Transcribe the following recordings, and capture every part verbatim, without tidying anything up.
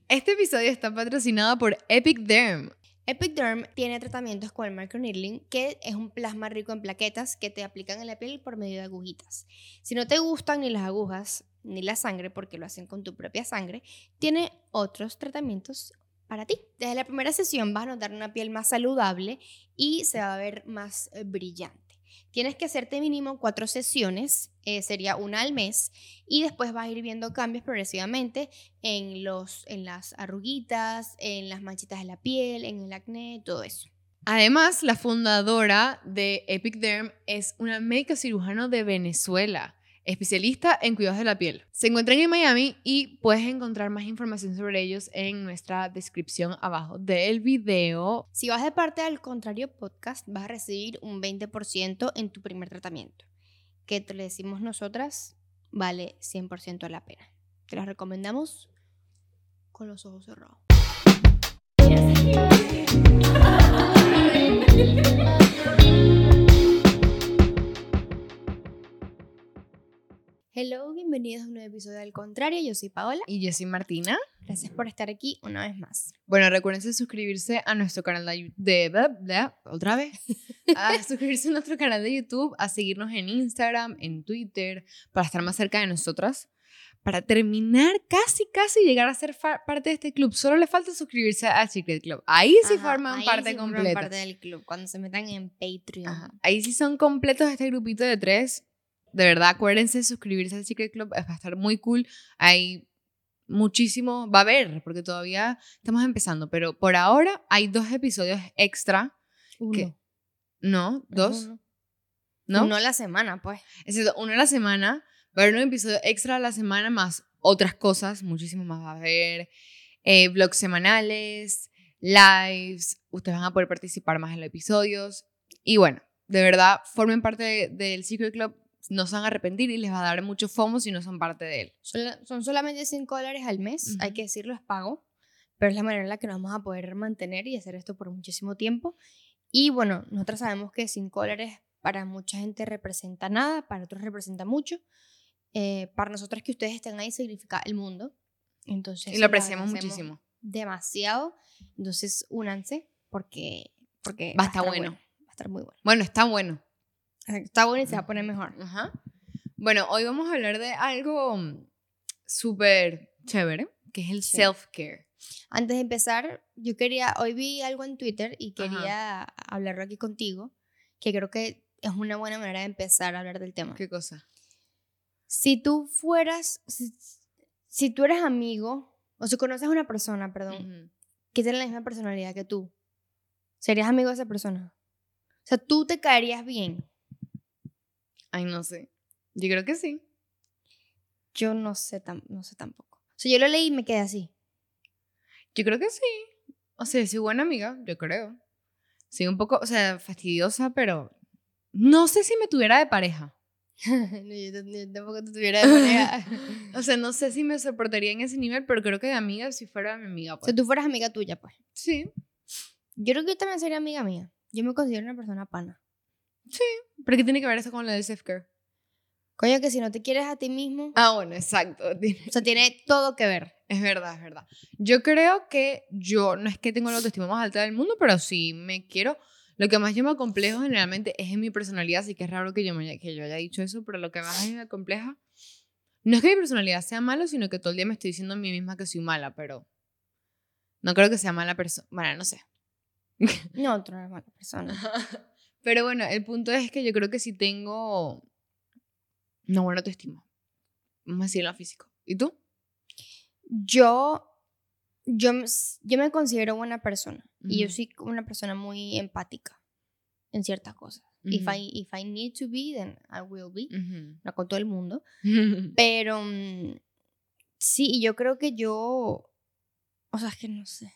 Este episodio está patrocinado por Epic Derm. Epic Derm tiene tratamientos con el microneedling, que es un plasma rico en plaquetas que te aplican en la piel por medio de agujitas. Si no te gustan ni las agujas ni la sangre, porque lo hacen con tu propia sangre, tiene otros tratamientos para ti. Desde la primera sesión vas a notar una piel más saludable y se va a ver más eh, brillante. Tienes que hacerte mínimo cuatro sesiones, eh, sería una al mes, y después vas a ir viendo cambios progresivamente en, los, en las arruguitas, en las manchitas de la piel, en el acné, todo eso. Además, la fundadora de Epic Derm es una médica cirujano de Venezuela, especialista en cuidados de la piel. Se encuentran en Miami y puedes encontrar más información sobre ellos en nuestra descripción abajo del video. Si vas de parte al contrario podcast, vas a recibir un veinte por ciento en tu primer tratamiento, que te lo decimos nosotras, vale cien por ciento la pena. Te las recomendamos con los ojos cerrados. Hello, bienvenidos a un nuevo episodio del Contrario. Yo soy Paola. Y yo soy Martina. Gracias por estar aquí una vez más. Bueno, recuerden suscribirse a nuestro canal de, de, de, de otra vez, a suscribirse a nuestro canal de YouTube, a seguirnos en Instagram, en Twitter, para estar más cerca de nosotras, para terminar casi, casi llegar a ser parte de este club. Solo le falta suscribirse a Secret Club. Ahí sí Ajá, forman ahí parte sí forman completa. parte del club, cuando se metan en Patreon. Ajá. Ahí sí son completos este grupito de tres. De verdad, acuérdense de suscribirse al Secret Club, va a estar muy cool. Hay muchísimo, va a haber, porque todavía estamos empezando, pero por ahora hay dos episodios extra. Uno. Que, no, dos. Uno. ¿No? Uno a la semana, pues. Es decir, uno a la semana. Va a haber un episodio extra a la semana más otras cosas, muchísimo más. Va a haber eh, vlogs semanales, lives, ustedes van a poder participar más en los episodios. Y bueno, de verdad, formen parte de, del Secret Club. No se van a arrepentir y les va a dar mucho FOMO si no son parte de él. Son, son solamente cinco dólares al mes, uh-huh. Hay que decirlo, es pago, pero es la manera en la que nos vamos a poder mantener y hacer esto por muchísimo tiempo. Y bueno, nosotros sabemos que cinco dólares para mucha gente representa nada, para otros representa mucho. Eh, para nosotros que ustedes estén ahí significa el mundo. Entonces, y lo apreciamos muchísimo. Demasiado. Entonces, únanse porque, porque va a estar bueno. bueno. Va a estar muy bueno. Bueno, está bueno. Está bueno y se va a poner mejor. Ajá. Bueno, hoy vamos a hablar de algo súper chévere, que es el sí. self-care. Antes de empezar, yo quería, hoy vi algo en Twitter y quería Ajá. hablarlo aquí contigo, que creo que es una buena manera de empezar a hablar del tema. ¿Qué cosa? Si tú fueras, si, si tú eres amigo, o si conoces a una persona, perdón, uh-huh. que tiene la misma personalidad que tú, ¿serías amigo de esa persona? O sea, ¿tú te caerías bien? Ay, no sé. Yo creo que sí. Yo no sé, tam- no sé tampoco. O sea, yo lo leí y me quedé así. Yo creo que sí. O sea, soy buena amiga, yo creo. Soy un poco, o sea, fastidiosa, pero no sé si me tuviera de pareja. no, yo, yo tampoco te tuviera de pareja. O sea, no sé si me soportaría en ese nivel, pero creo que de amiga si fuera mi amiga, pues. O sea, tú fueras amiga tuya, pues. Sí. Yo creo que yo también sería amiga mía. Yo me considero una persona pana. Sí, pero ¿qué tiene que ver eso con lo del self-care? Coño, que si no te quieres a ti mismo... Ah, bueno, exacto. O sea, tiene todo que ver. Es verdad, es verdad. Yo creo que yo, no es que tengo la autoestima más alta del mundo, pero sí me quiero... Lo que más yo me acomplejo generalmente es en mi personalidad, así que es raro que yo, me, que yo haya dicho eso, pero lo que más a mí me acompleja... No es que mi personalidad sea mala, sino que todo el día me estoy diciendo a mí misma que soy mala, pero... No creo que sea mala persona. Bueno, no sé. No, tú no eres mala persona. Pero bueno, el punto es que yo creo que sí tengo una buena autoestima. Vamos a decir en lo físico. ¿Y tú? Yo, yo, yo me considero buena persona. Uh-huh. Y yo soy una persona muy empática en ciertas cosas. Uh-huh. If I, if I need to be, then I will be. Uh-huh. No con todo el mundo. Uh-huh. Pero um, sí, y yo creo que yo... O sea, es que no sé.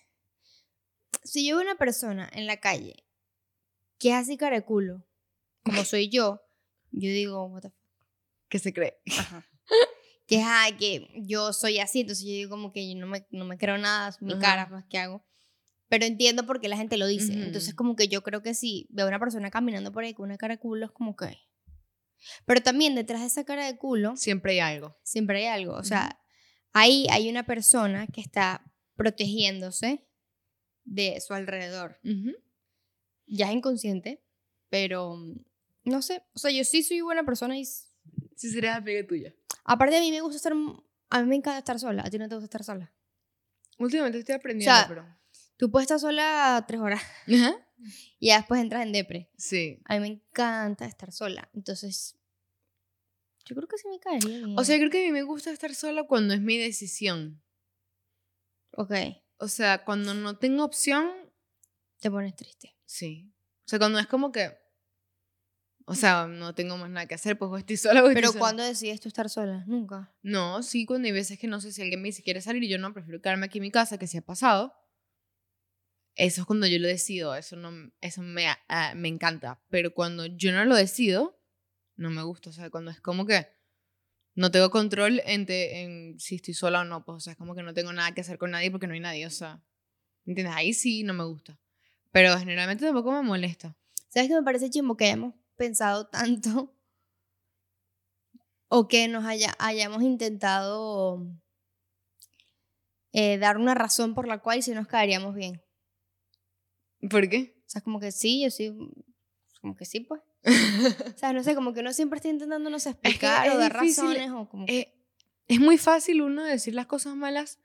Si yo veo una persona en la calle que es así cara de culo, como soy yo, yo digo, what the fuck. ¿Qué se cree? Ajá. Que, ay, que yo soy así, entonces yo digo como que yo no me, no me creo nada, mi uh-huh. cara, pues, ¿qué hago? Pero entiendo por qué la gente lo dice. Uh-huh. Entonces como que yo creo que si veo a una persona caminando por ahí con una cara de culo, es como que... Pero también detrás de esa cara de culo... Siempre hay algo. Siempre hay algo. O sea, uh-huh. ahí hay una persona que está protegiéndose de su alrededor. Uh-huh. Ya es inconsciente, pero no sé. O sea, yo sí soy buena persona y... Sí, serías amiga tuya. Aparte, a mí me gusta estar... A mí me encanta estar sola. ¿A ti no te gusta estar sola? Últimamente estoy aprendiendo, O sea, pero... Tú puedes estar sola tres horas Ajá. y ya después entras en depre. Sí. A mí me encanta estar sola. Entonces, yo creo que sí me caería bien. O sea, creo que a mí me gusta estar sola cuando es mi decisión. Ok. O sea, cuando no tengo opción, Te pones triste. sí. O sea, cuando es como que... O sea, no tengo más nada que hacer, pues o estoy sola o estoy Pero sola. ¿cuándo decides tú estar sola? Nunca. No, sí, cuando hay veces que no sé si alguien me dice quiere salir y yo no, prefiero quedarme aquí en mi casa, que si ha pasado. Eso es cuando yo lo decido, eso, no, eso me, uh, me encanta. Pero cuando yo no lo decido, no me gusta. O sea, cuando es como que no tengo control en, te, en si estoy sola o no, pues o sea, es como que no tengo nada que hacer con nadie porque no hay nadie, o sea, ¿entiendes? Ahí sí no me gusta. Pero generalmente tampoco me molesta. ¿Sabes qué me parece chimbo? Que hayamos pensado tanto o que nos haya, hayamos intentado eh, dar una razón por la cual sí nos caeríamos bien. ¿Por qué? O sea, como que sí, yo sí, como que sí, pues. O sea, no sé, como que uno siempre está intentando, no sé, explicar es que o es dar difícil, razones o como que... eh, es muy fácil uno decir las cosas malas.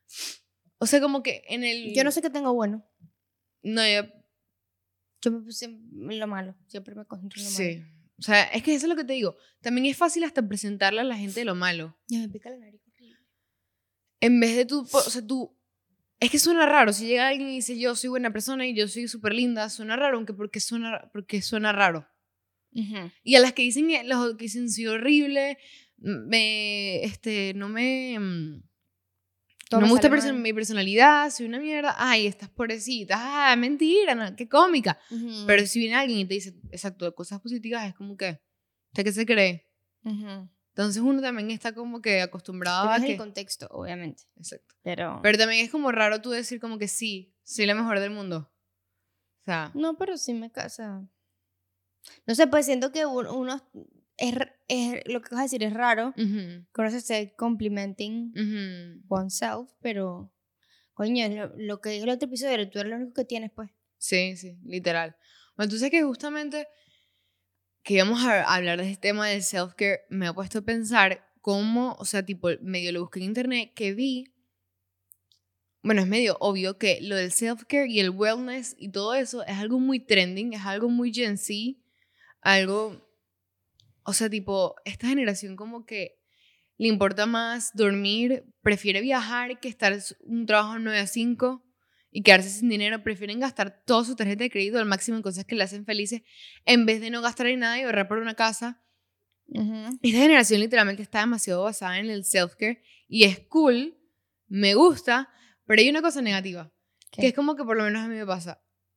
O sea, como que en el... Yo no sé qué tengo bueno. No, yo... Yo me puse en lo malo, siempre me concentro en lo Sí. malo. O sea, es que eso es lo que te digo. También es fácil hasta presentarle a la gente lo malo. Ya me pica la nariz horrible. En vez de tú, o sea, tú... Es que suena raro. Si llega alguien y dice yo soy buena persona y yo soy súper linda, suena raro, aunque porque suena, porque suena raro. Uh-huh. Y a las que dicen, los que dicen soy horrible, me, este, no me... Todo no me me gusta sale perso- mal. mi personalidad, soy una mierda. Ay, estás pobrecita. Ah, mentira, no, qué cómica. Uh-huh. Pero si viene alguien y te dice, exacto, cosas positivas, es como que, ¿usted qué se cree? Uh-huh. Entonces uno también está como que acostumbrado Pero a es que... el contexto, obviamente. Exacto. Pero... Pero también es como raro tú decir como que sí, soy la mejor del mundo. O sea... No, pero sí me casa. No sé, pues siento que uno... uno es, es, lo que vas a decir es raro. Uh-huh. Que uno se esté complimenting Uh-huh. oneself, pero... Coño, lo, lo que dijo el otro episodio, tú eres lo único que tienes, pues. Sí, sí, literal. Bueno, tú sabes que justamente que íbamos a hablar de este tema del self-care, me ha puesto a pensar cómo, o sea, tipo, medio lo busqué en internet, que vi, bueno, es medio obvio que lo del self-care y el wellness y todo eso es algo muy trending, es algo muy Gen Z, algo, o sea, tipo, esta generación como que le importa más dormir, prefiere viajar que estar un trabajo nueve a cinco y quedarse sin dinero, prefieren gastar toda su tarjeta de crédito al máximo en cosas que le hacen felices en vez de no gastar en nada y ahorrar por una casa. Uh-huh. Esta generación literalmente está demasiado basada en el self-care y es cool, me gusta, pero hay una cosa negativa, ¿Qué? que es como que por lo menos a mí me pasa.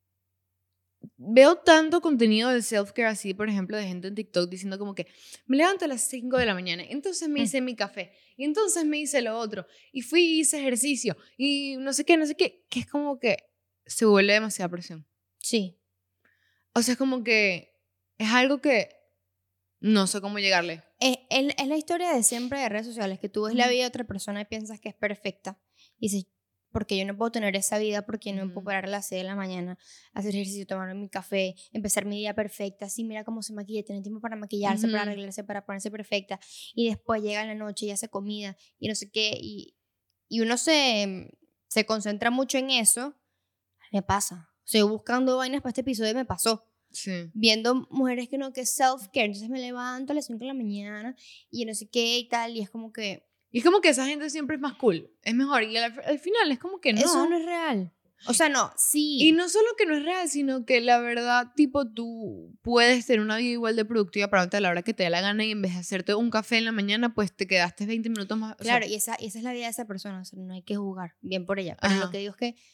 Veo tanto contenido del self-care así, por ejemplo, de gente en TikTok diciendo como que me levanto a las cinco de la mañana, entonces me hice mm. mi café, y entonces me hice lo otro, y fui y hice ejercicio, y no sé qué, no sé qué, que es como que se vuelve demasiada presión. Sí. O sea, es como que es algo que no sé cómo llegarle. Es, es, es la historia de siempre de redes sociales, que tú ves uh-huh. la vida de otra persona y piensas que es perfecta, y dices, porque yo no puedo tener esa vida, porque no me puedo parar a las seis de la mañana, hacer ejercicio, tomar mi café, empezar mi día perfecta, así mira cómo se maquilla, tiene tiempo para maquillarse, uh-huh. para arreglarse, para ponerse perfecta, y después llega la noche y hace comida, y no sé qué, y, y uno se, se concentra mucho en eso. Me pasa, o sea, buscando vainas para este episodio me pasó. Sí. Viendo mujeres que no, que self-care, entonces me levanto a las cinco de la mañana, y no sé qué y tal, y es como que... Y es como que esa gente siempre es más cool, es mejor. Y al, al final es como que no. Eso no es real. O sea, no, sí. Y no solo que no es real, sino que la verdad, tipo, tú puedes tener una vida igual de productiva para a la hora que te dé la gana y en vez de hacerte un café en la mañana, pues te quedaste veinte minutos más. Claro, o sea, y esa, esa es la vida de esa persona, o sea, no hay que jugar bien por ella. Pero Ajá. lo que digo es que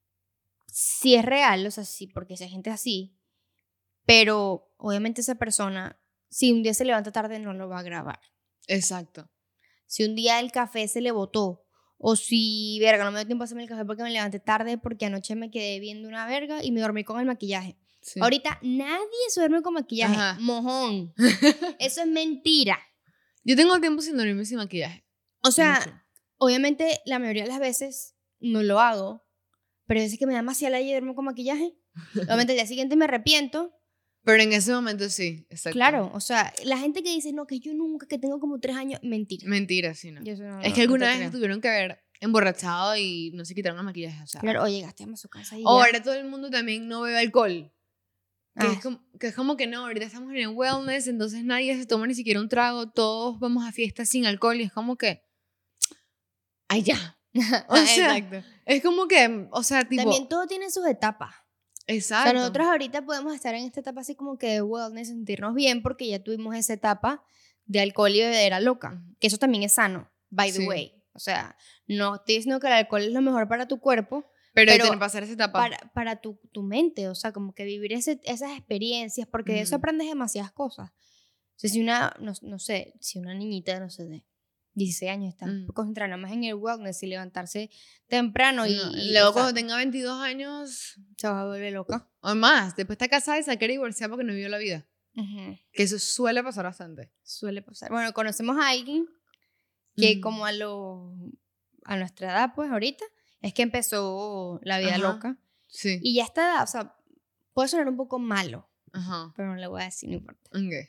sí es real, o sea, sí, porque esa gente es así, pero obviamente esa persona, si un día se levanta tarde, no lo va a grabar. Exacto. Si un día el café se le botó, o si, verga, no me dio tiempo a hacerme el café porque me levanté tarde, porque anoche me quedé viendo una verga y me dormí con el maquillaje. Sí. Ahorita nadie se duerme con maquillaje. Ajá. Mojón. Eso es mentira. Yo tengo tiempo sin dormirme sin maquillaje. O sea, mucho. Obviamente la mayoría de las veces no lo hago. Pero es que me da demasiada la idea con maquillaje. Obviamente al día siguiente me arrepiento. Pero en ese momento sí, exacto. Claro, o sea, la gente que dice, no, que yo nunca, que tengo como tres años, mentira. Mentira, sí, no. Yo eso no- Es no- que alguna no te vez creo. tuvieron que haber emborrachado y no se quitaron el maquillaje, o sea. Claro, o llegaste a su casa y O ya. ahora todo el mundo también no bebe alcohol. Que, Ah, es como, que es como que no, ahorita estamos en el wellness, entonces nadie se toma ni siquiera un trago, todos vamos a fiestas sin alcohol y es como que, ay ya. O sea, exacto. es como que, o sea, tipo, También todo tiene sus etapas. exacto. O sea, nosotros ahorita podemos estar en esta etapa así como que de wellness, sentirnos bien porque ya tuvimos esa etapa de alcohol y bebedera loca. Que eso también es sano, by the Sí. way. O sea, no estoy diciendo que el alcohol es lo mejor para tu cuerpo, pero, pero hay que pasar esa etapa. para, para tu, tu mente. O sea, como que vivir ese, esas experiencias, porque de eso Ujú. aprendes demasiadas cosas. O sea, si una, no, no sé, si una niñita, no sé, de dieciséis años está Mm. concentrada más en el wellness y levantarse temprano y, No, y, luego o sea, cuando tenga veintidós años se va a volver loca. o más, después está casada y se quiere divorciar porque no vivió la vida. Ujú. Que eso suele pasar bastante. Suele pasar. Bueno, conocemos a alguien que Mm. como a lo a nuestra edad, pues ahorita, es que empezó la vida Ajá. loca. Sí. Y ya está, o sea, puede sonar un poco malo, Ajá. pero no le voy a decir, no importa. Ok.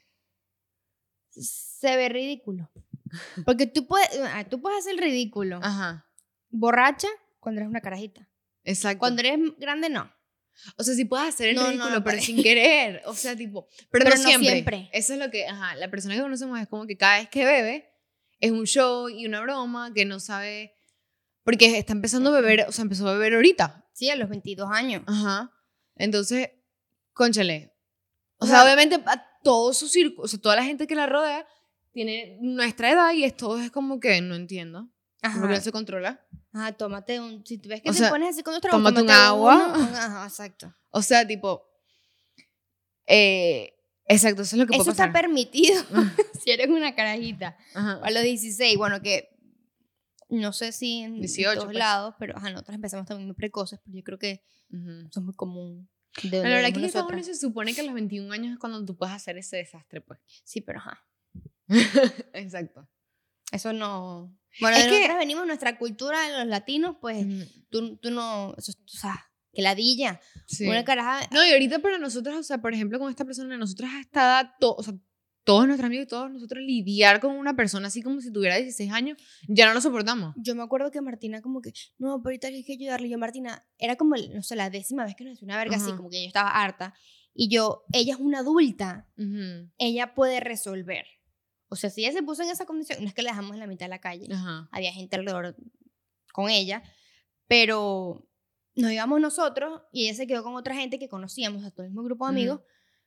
Se ve ridículo. Porque tú puedes, ah, tú puedes hacer el ridículo Ajá. borracha cuando eres una carajita. Exacto. Cuando eres grande, no. O sea, si puedes hacer el No, no, ridículo, no, pero pa- sin querer. O sea, tipo. Pero, Pero no, no siempre. siempre. Eso es lo que. Ajá. La persona que conocemos es como que cada vez que bebe es un show y una broma que no sabe. Porque está empezando a beber. O sea, empezó a beber ahorita. Sí, a los veintidós años. Ajá. Entonces, cónchale. O, O sea, sea, obviamente, a todo su círculo. O sea, toda la gente que la rodea tiene nuestra edad y es todo es como que no entiendo. Ajá. ¿Por qué no se controla? Ajá, tómate un... Si tú ves que O te sea, pones así con los tragos, tómate un tómate agua. uno. Ajá, exacto. O sea, tipo. Eh, exacto, eso es lo que Eso puede está pasar. permitido si eres una carajita. Ajá. A los dieciséis, bueno, que no sé si en, en dieciocho, todos pues. lados, pero ajá, nosotros empezamos también muy precoces, pero yo creo que Ujú. eso es muy común. De La donde verdad venimos que en Estados nosotras. Unidos se supone que a los veintiún años es cuando tú puedes hacer ese desastre, pues. Sí, pero ajá. Exacto. Eso no... Bueno, Es de que- nosotras venimos, nuestra cultura de los latinos, pues Ujú. tú, tú no... Eso, o sea, que ladilla. Sí. Una caraja... No, y ahorita para nosotros, o sea, por ejemplo, con esta persona, nosotras a esta edad, to- o sea, todos nuestros amigos y todos nosotros lidiar con una persona así como si tuviera dieciséis años, ya no lo soportamos. Yo me acuerdo que Martina como que, no, pero ahorita hay que ayudarle. Y yo, Martina, era como, el- no sé, la décima vez que nos decía una verga así, Ajá. como que yo estaba harta. Y yo, ella es una adulta, Ujú. ella puede resolver. O sea, si ella se puso en esa condición, no es que la dejamos en la mitad de la calle, Ajá. había gente alrededor con ella, pero nos íbamos nosotros y ella se quedó con otra gente que conocíamos, a todo el mismo grupo de Ujú. amigos.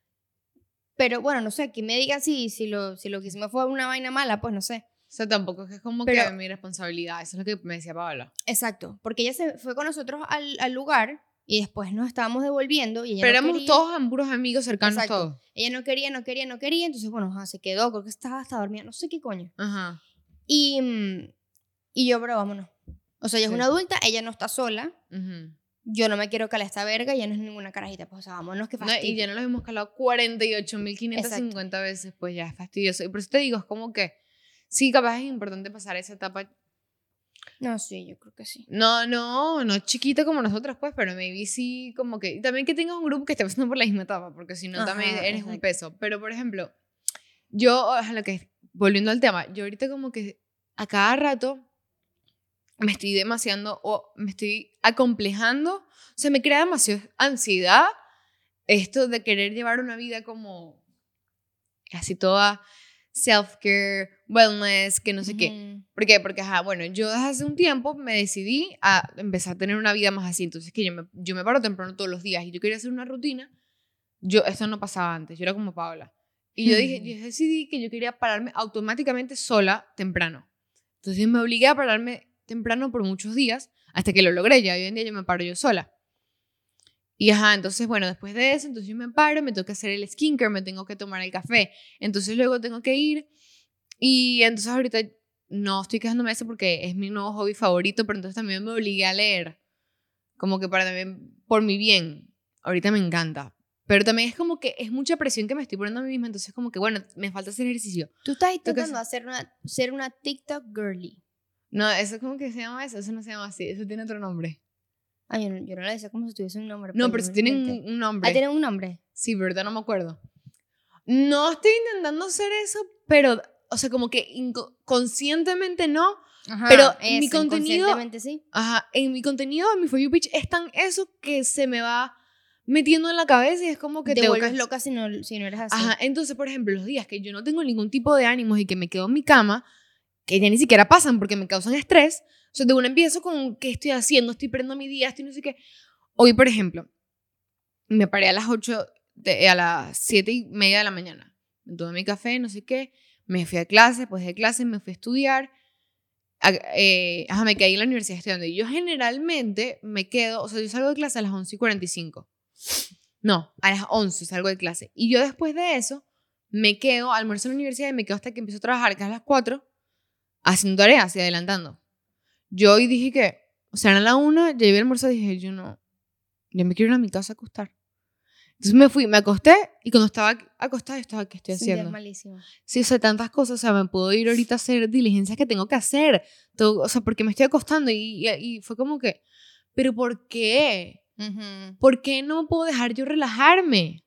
Pero bueno, no sé, que me diga si, si, lo, si lo que hicimos fue una vaina mala, pues no sé. O sea, tampoco es que es como Pero- que mi responsabilidad, eso es lo que me decía Paola. Exacto, porque ella se fue con nosotros al, al lugar y después nos estábamos devolviendo y ella Pero no éramos quería, todos am- puros amigos cercanos Exacto. todos. ella no quería, no quería, no quería, entonces bueno, ajá, se quedó, creo que estaba hasta dormida, no sé qué coño. Ajá. Y, mm, y yo, pero vámonos. O sea, ella Sí. es una adulta, ella no está sola, Ujú. yo no me quiero calar esta verga, ella no es ninguna carajita, pues o sea, vámonos que No, fastidio. y ya no los hemos calado cuarenta y ocho mil quinientas cincuenta veces, pues ya es fastidioso. Y por eso te digo, es como que sí, capaz es importante pasar esa etapa. No, sí, yo creo que sí. No, no, no chiquita como nosotras, pues, pero maybe sí, como que. Y también que tengas un grupo que esté pasando por la misma etapa, porque si no, Ajá, también eres un exacto. peso. Pero, por ejemplo, yo, a lo que. Volviendo al tema, yo ahorita como que a cada rato me estoy demasiado, o me estoy acomplejando, o sea, me crea demasiada ansiedad esto de querer llevar una vida como casi toda self-care, wellness, que no sé qué. Ujú. ¿Por qué? Porque, ajá, bueno, yo desde hace un tiempo me decidí a empezar a tener una vida más así. Entonces, que yo me, yo me paro temprano todos los días y yo quería hacer una rutina. Yo, esto no pasaba antes, yo era como Paola. Y yo dije, yo decidí que yo quería pararme automáticamente sola temprano. Entonces me obligué a pararme temprano por muchos días hasta que lo logré. Ya hoy en día yo me paro yo sola. Y ajá, entonces bueno, después de eso, entonces yo me paro, me tengo que hacer el skincare, me tengo que tomar el café. Entonces luego tengo que ir y entonces ahorita no estoy quejándome de eso porque es mi nuevo hobby favorito, pero entonces también me obligué a leer. Como que para también, por mi bien. Ahorita me encanta. Pero también es como que es mucha presión que me estoy poniendo a mí misma, entonces como que bueno, me falta hacer ejercicio. Tú estás que intentando hacer una, ser una TikTok girly. No, eso como que se llama eso, eso no se llama así, eso tiene otro nombre. Ay, yo no, yo no le decía como si tuviese un nombre. No, pues, pero yo sí me lo tienen inventé. un, un nombre. Ah, ¿tienen un nombre? Sí, pero ahorita no me acuerdo. No estoy intentando hacer eso, pero, o sea, como que inco- conscientemente no, Ajá, pero eso, mi contenido, inconscientemente sí. ajá, en mi contenido, en mi For You Page, es tan eso que se me va metiendo en la cabeza y es como que Te tengo vuelves que... loca si no, si no eres así. Ajá, entonces, por ejemplo, los días que yo no tengo ningún tipo de ánimos y que me quedo en mi cama, que ya ni siquiera pasan porque me causan estrés, o sea, de una empiezo con qué estoy haciendo, estoy perdiendo mi día, estoy no sé qué. Hoy, por ejemplo, me paré a las ocho, de, a las siete y media de la mañana. Me tomé mi café, no sé qué, me fui a clase, pues de clase me fui a estudiar. A, eh, ajá, me quedé en la universidad estudiando. Y yo generalmente me quedo, o sea, yo salgo de clase a las once y cuarenta y cinco. No, a las once salgo de clase. Y yo después de eso me quedo, almuerzo en la universidad y me quedo hasta que empiezo a trabajar, que es a las cuatro, haciendo tareas y adelantando. Yo hoy dije que, o sea, a la una, ya llevé el almuerzo y dije, yo no, ya me quiero ir a mi casa a acostar. Entonces me fui, me acosté y cuando estaba acostada estaba, ¿qué estoy Sentías haciendo? malísimo. Sí, o sea, tantas cosas, o sea, me puedo ir ahorita a hacer diligencias que tengo que hacer, todo, o sea, porque me estoy acostando y, y, y fue como que, ¿pero por qué? Uh-huh. ¿Por qué no puedo dejar yo relajarme?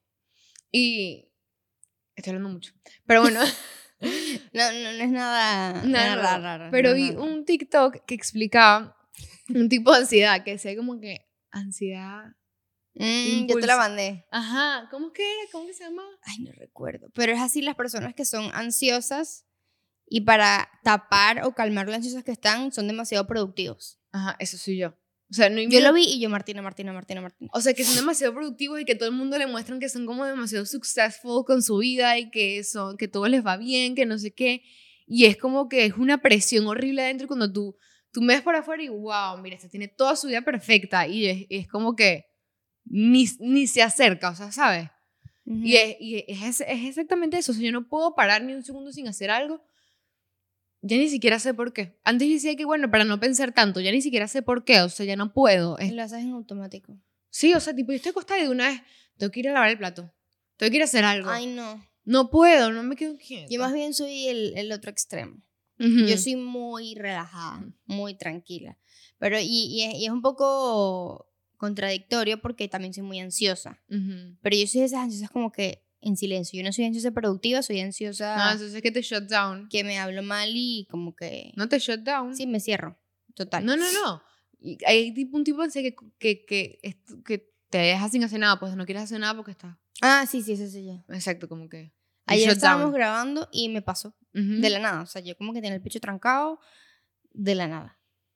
Y estoy hablando mucho, pero bueno. no, no, no es nada, No, nada no, raro, raro. pero no, vi no, no. un TikTok que explicaba un tipo de ansiedad, que decía como que ansiedad... Mm, yo te la impulso. mandé. Ajá, ¿cómo es que era? ¿Cómo que se llama? Ay, no recuerdo. Pero es así las personas que son ansiosas y para tapar o calmar las ansiosas que están son demasiado productivos. Ajá, eso soy yo. O sea, no Yo invito- lo vi y yo, Martina, Martina, Martina, Martina. O sea, que son demasiado productivos y que todo el mundo le muestran que son como demasiado successful con su vida y que, son, que todo les va bien, que no sé qué. Y es como que es una presión horrible adentro cuando tú, tú me ves por afuera y wow, mira, esta tiene toda su vida perfecta. Y es, es como que ni, ni se acerca, o sea, ¿sabes? Uh-huh. Y, es, y es, es exactamente eso. O sea, yo no puedo parar ni un segundo sin hacer algo. Ya ni siquiera sé por qué. Antes decía que, bueno, para no pensar tanto, ya ni siquiera sé por qué. O sea, ya no puedo. Es- Lo haces en automático. Sí, o sea, tipo, yo estoy acostada y de una vez tengo que ir a lavar el plato. Tengo que ir a hacer algo. Ay, no. No puedo, no me quedo quieta. Yo más bien soy el, el otro extremo. Ujú. Yo soy muy relajada, muy tranquila. Pero, y, y, es, y es un poco contradictorio porque también soy muy ansiosa. Ujú. Pero yo soy de esas ansiosas como que en silencio. Yo no soy ansiosa productiva, soy ansiosa No, eso es que te shut down. que me hablo mal y como que... No te shut down. Sí, me cierro. Total. No, no, no. Y hay tipo, un tipo de ansiedad que, que, que, es- que te deja sin hacer nada, pues no quieres hacer nada porque estás. Ah, sí, sí, eso sí ya. Exacto, como que. you Ayer shut estábamos down. grabando y me pasó. Ujú. De la nada. O sea, yo como que tenía el pecho trancado de la nada.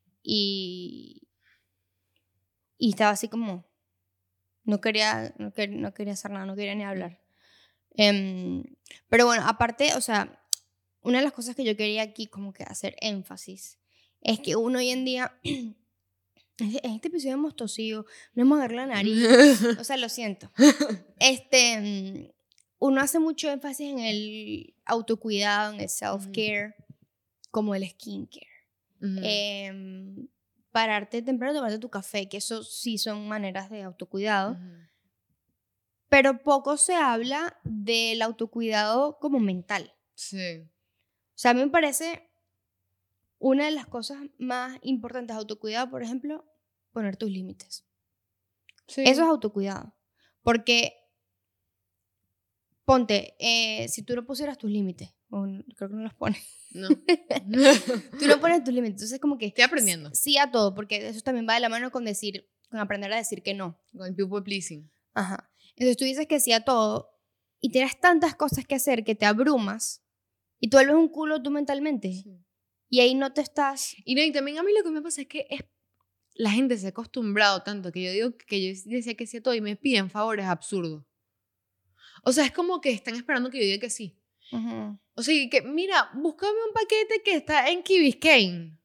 Y... Y estaba así como... No quería, no, quer- no quería hacer nada, no quería ni hablar. Em, pero bueno, aparte, o sea, una de las cosas que yo quería aquí como que hacer énfasis es que uno hoy en día, en este episodio hemos tosido, no hemos agarrado la nariz, o sea, lo siento. Este, mm, uno hace mucho énfasis en el autocuidado, en el self-care, como el skincare. Ujú. Em, pararte temprano, tomarte tu café, que eso sí son maneras de autocuidado. Ujú. Pero poco se habla del autocuidado como mental. Sí. O sea, a mí me parece una de las cosas más importantes de autocuidado, por ejemplo, poner tus límites. Sí. Eso es autocuidado. Porque, ponte, eh, si tú no pusieras tus límites, o n- creo que no los pones, No. tú no pones tus límites, entonces como que Estoy aprendiendo. sí a todo, porque eso también va de la mano con decir, con aprender a decir que no. Con el people pleasing. Ajá. Entonces tú dices que sí a todo y tienes tantas cosas que hacer que te abrumas y tú vuelves un culo tú mentalmente. Sí. Y ahí no te estás... Y, no, y también a mí lo que me pasa es que es, la gente se ha acostumbrado tanto que yo digo que yo decía que sí a todo y me piden favores absurdos. O sea, es como que están esperando que yo diga que sí. Ujú. O sea, y que mira, búscame un paquete que está en Key Biscayne.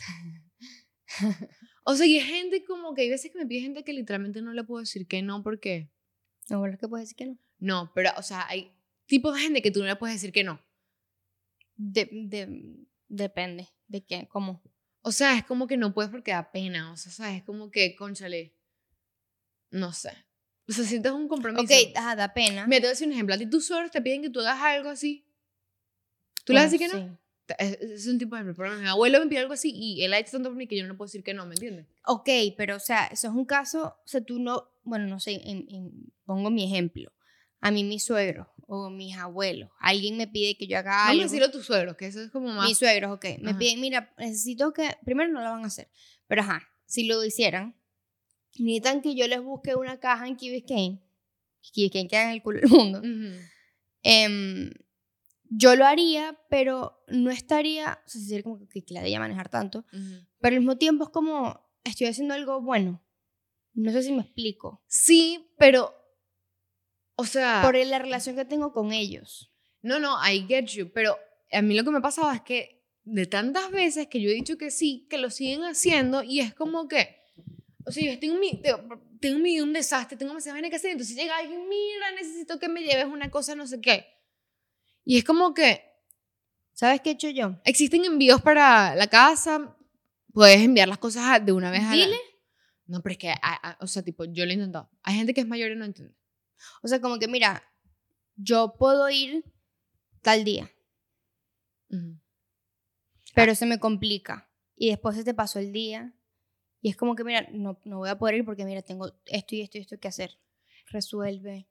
O sea, y hay gente como que hay veces que me pide gente que literalmente no le puedo decir que no porque... No, bueno, es que puedes decir que no. No, pero, o sea, hay tipos de gente que tú no le puedes decir que no. De, de, depende de qué, cómo. O sea, es como que no puedes porque da pena. O sea, ¿sabes? Es como que, cónchale, no sé. O sea, sientes un compromiso. Ok, ajá, da pena. Mira, te voy a decir un ejemplo. A ti tus suegros te piden que tú hagas algo así. ¿Tú le Bueno, vas a decir que sí. no? Es, es un tipo de problema. Mi abuelo me pide algo así y él ha hecho tanto por mí que yo no puedo decir que no, ¿me entiendes? Ok, pero o sea, eso es un caso, o sea, tú no, bueno, no sé, en, en- pongo mi ejemplo. A mí mis suegros o mis abuelos, alguien me pide que yo haga Vamos a algo. decirlo a tus suegros, que eso es como más... Mis suegros, ok, me Ajá. piden, mira, necesito que, primero no lo van a hacer, pero ajá, si lo hicieran, necesitan que yo les busque una caja en Key Biscayne, Key Biscayne queda en el culo del mundo. Ujú. Em, yo lo haría, pero no estaría, o sea, sería como que, que la de ella manejar tanto, Ujú. pero al mismo tiempo es como, estoy haciendo algo bueno. No sé si me explico. Sí, pero... O sea... Por la relación que tengo con ellos. No, no, I get you, pero a mí lo que me ha pasado es que de tantas veces que yo he dicho que sí, que lo siguen haciendo y es como que, o sea, yo tengo mi, tengo, tengo mi un desastre, tengo más vaina que hacer, entonces llega alguien, mira, necesito que me lleves una cosa, no sé qué. Y es como que ¿Sabes qué he hecho yo? existen envíos para la casa, puedes enviar las cosas a- de una vez a la... Dile. No, pero es que, a- a- o sea, tipo, yo lo he intentado. Hay gente que es mayor y no entiende. O sea, como que mira, yo puedo ir tal día, Ujú. pero se me complica. Y después se te pasó el día. Y es como que, mira, no, no voy a poder ir porque, mira, tengo esto y esto y esto que hacer. Resuelve.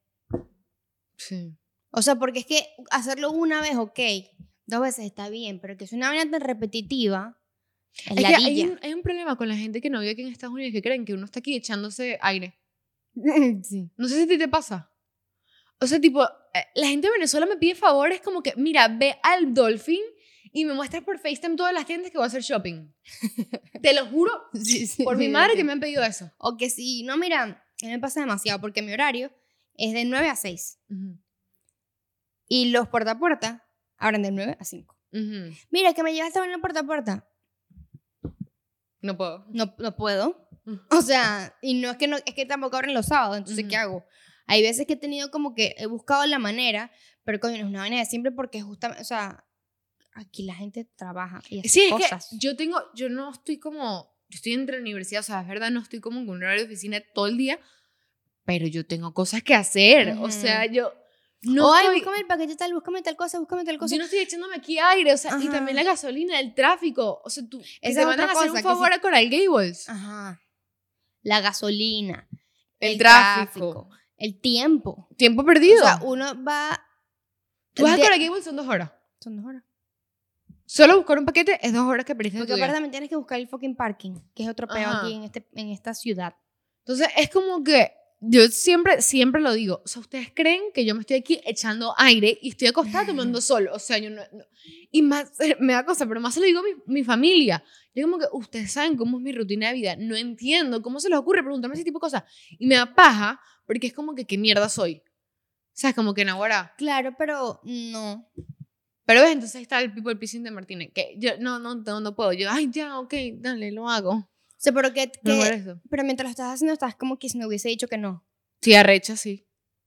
Sí. O sea, porque es que hacerlo una vez, ok. Dos veces está bien, pero que es una vaina tan repetitiva, es, Es que hay ladilla. un, hay un problema con la gente que no vive aquí en Estados Unidos que creen que uno está aquí echándose aire. Sí. No sé si a ti te pasa. O sea, tipo, eh, la gente de Venezuela me pide favores como que, mira, ve al Dolphin y me muestras por FaceTime todas las tiendas que voy a hacer shopping. Te lo juro, Sí, sí, por sí, mi madre ok. que me han pedido eso. O que sí, no, mira, a mí me pasa demasiado porque mi horario es de nueve a seis Ujú, y los puerta a puerta abren de nueve a cinco. ujú. Mira, que me llevas esta vaina puerta a puerta. No puedo. No, no puedo. Ujú. O sea, y no es que no, es que tampoco abren los sábados, entonces Ujú. ¿qué hago? Hay veces que he tenido como que he buscado la manera, pero coño, no es una vaina de siempre porque justamente, o sea, aquí la gente trabaja y hace Sí, es cosas. que yo tengo, yo no estoy como, yo estoy entre la universidad, o sea, es verdad, no estoy como en un horario de oficina todo el día, pero yo tengo cosas que hacer. O Ujú. sea, yo no o ay, estoy... búscame el paquete tal, búscame tal cosa, búscame tal cosa. Yo no estoy echándome aquí aire, o sea, y Ajá. también la gasolina, el tráfico, o sea, tú, que Esa te es mandan otra a hacer cosa, un que favor sí. a Coral Gables. Ajá. La gasolina, El el, tráfico. tráfico, el tiempo. Tiempo perdido. O sea, uno va. Tú vas a de- Coral Gables son dos horas. Son dos horas. Solo buscar un paquete es dos horas que perdiste de Porque tu día. aparte también tienes que buscar el fucking parking, que es otro peo Ajá. aquí en, este, en esta ciudad. Entonces, es como que yo siempre, siempre lo digo. O sea, ustedes creen que yo me estoy aquí echando aire y estoy acostada tomando sol. O sea, yo no... no- y más, me da cosa, pero más se lo digo a mi, mi familia. Yo como que, ustedes saben cómo es mi rutina de vida. No entiendo cómo se les ocurre preguntarme ese tipo de cosas. Y me da paja porque es como que, ¿qué mierda soy? O sea, es como que Naguará. Claro, pero no. Pero ves, entonces ahí está el people pleasing de Martínez. Que yo no, no, no, no puedo. Yo, ay, ya, ok, dale, lo hago. O sea, pero que, Me que- molesto. pero mientras lo estás haciendo estás como que si me hubiese dicho que no. Sí, arrecha, sí.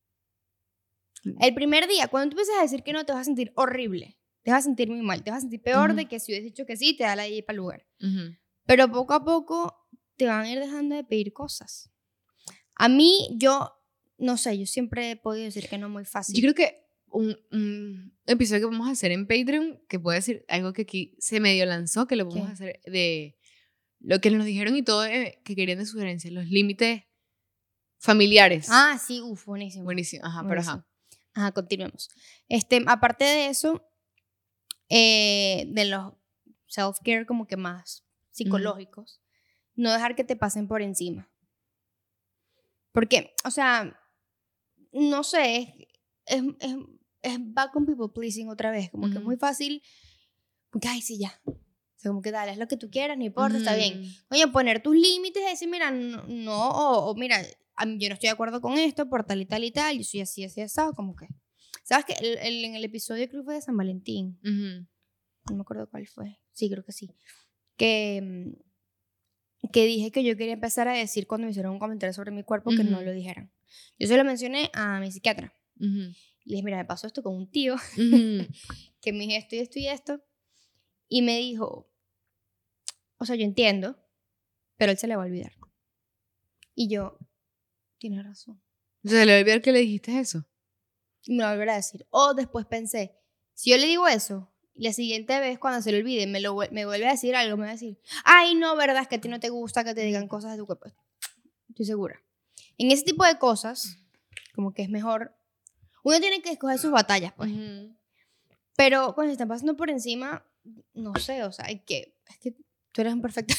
El primer día, cuando tú empiezas a decir que no, te vas a sentir horrible. Te vas a sentir muy mal. Te vas a sentir peor Ujú. de que si hubieses dicho que sí, te da la idea para el lugar. Ujú. Pero poco a poco te van a ir dejando de pedir cosas. A mí, yo, no sé, yo siempre he podido decir que no muy fácil. Yo creo que un, un episodio que vamos a hacer en Patreon, que puede decir algo que aquí se medio lanzó, que lo vamos ¿Qué? a hacer de lo que nos dijeron y todo eh, que querían de sugerencias, los límites familiares. Ah, sí, uff, buenísimo. Buenísimo, ajá, pero Buenísimo. ajá. Ajá, continuemos. Este, aparte de eso, eh, de los self-care como que más psicológicos, no dejar que te pasen por encima. Porque, o sea, no sé, es, es, es, es va con people pleasing otra vez, como que es Ujú. muy fácil, porque, ay, sí, ya. O sea, como que dale, haz lo que tú quieras, no importa, está bien. Ujú. Oye, poner tus límites y decir, mira, no, no o, o mira, a mí- yo no estoy de acuerdo con esto por tal y tal y tal, yo soy así, así, así, como que. ¿Sabes que el, el- en el episodio creo que fue de San Valentín, Ujú. no me acuerdo cuál fue, sí, creo que sí, que, mm, que dije que yo quería empezar a decir cuando me hicieron un comentario sobre mi cuerpo que no Ujú. lo dijeran? Yo se lo mencioné a mi psiquiatra. Ujú. Y le dije, mira, me pasó esto con un tío, Ujú. que me dije esto y esto y esto, y me dijo, o sea, yo entiendo, pero él se le va a olvidar. Y yo, tienes razón. Se le va a olvidar que le dijiste eso. Y me lo volverá a decir. O después pensé, si yo le digo eso, Y la siguiente vez, cuando se le olvide, me, lo, me vuelve a decir algo, me va a decir, ay, no, verdad, es que a ti no te gusta que te digan cosas de tu cuerpo. Estoy segura. En ese tipo de cosas, como que es mejor, uno tiene que escoger sus batallas, pues. Uh-huh. Pero cuando se están pasando por encima, no sé, o sea, es que, es que tú eres un perfecto.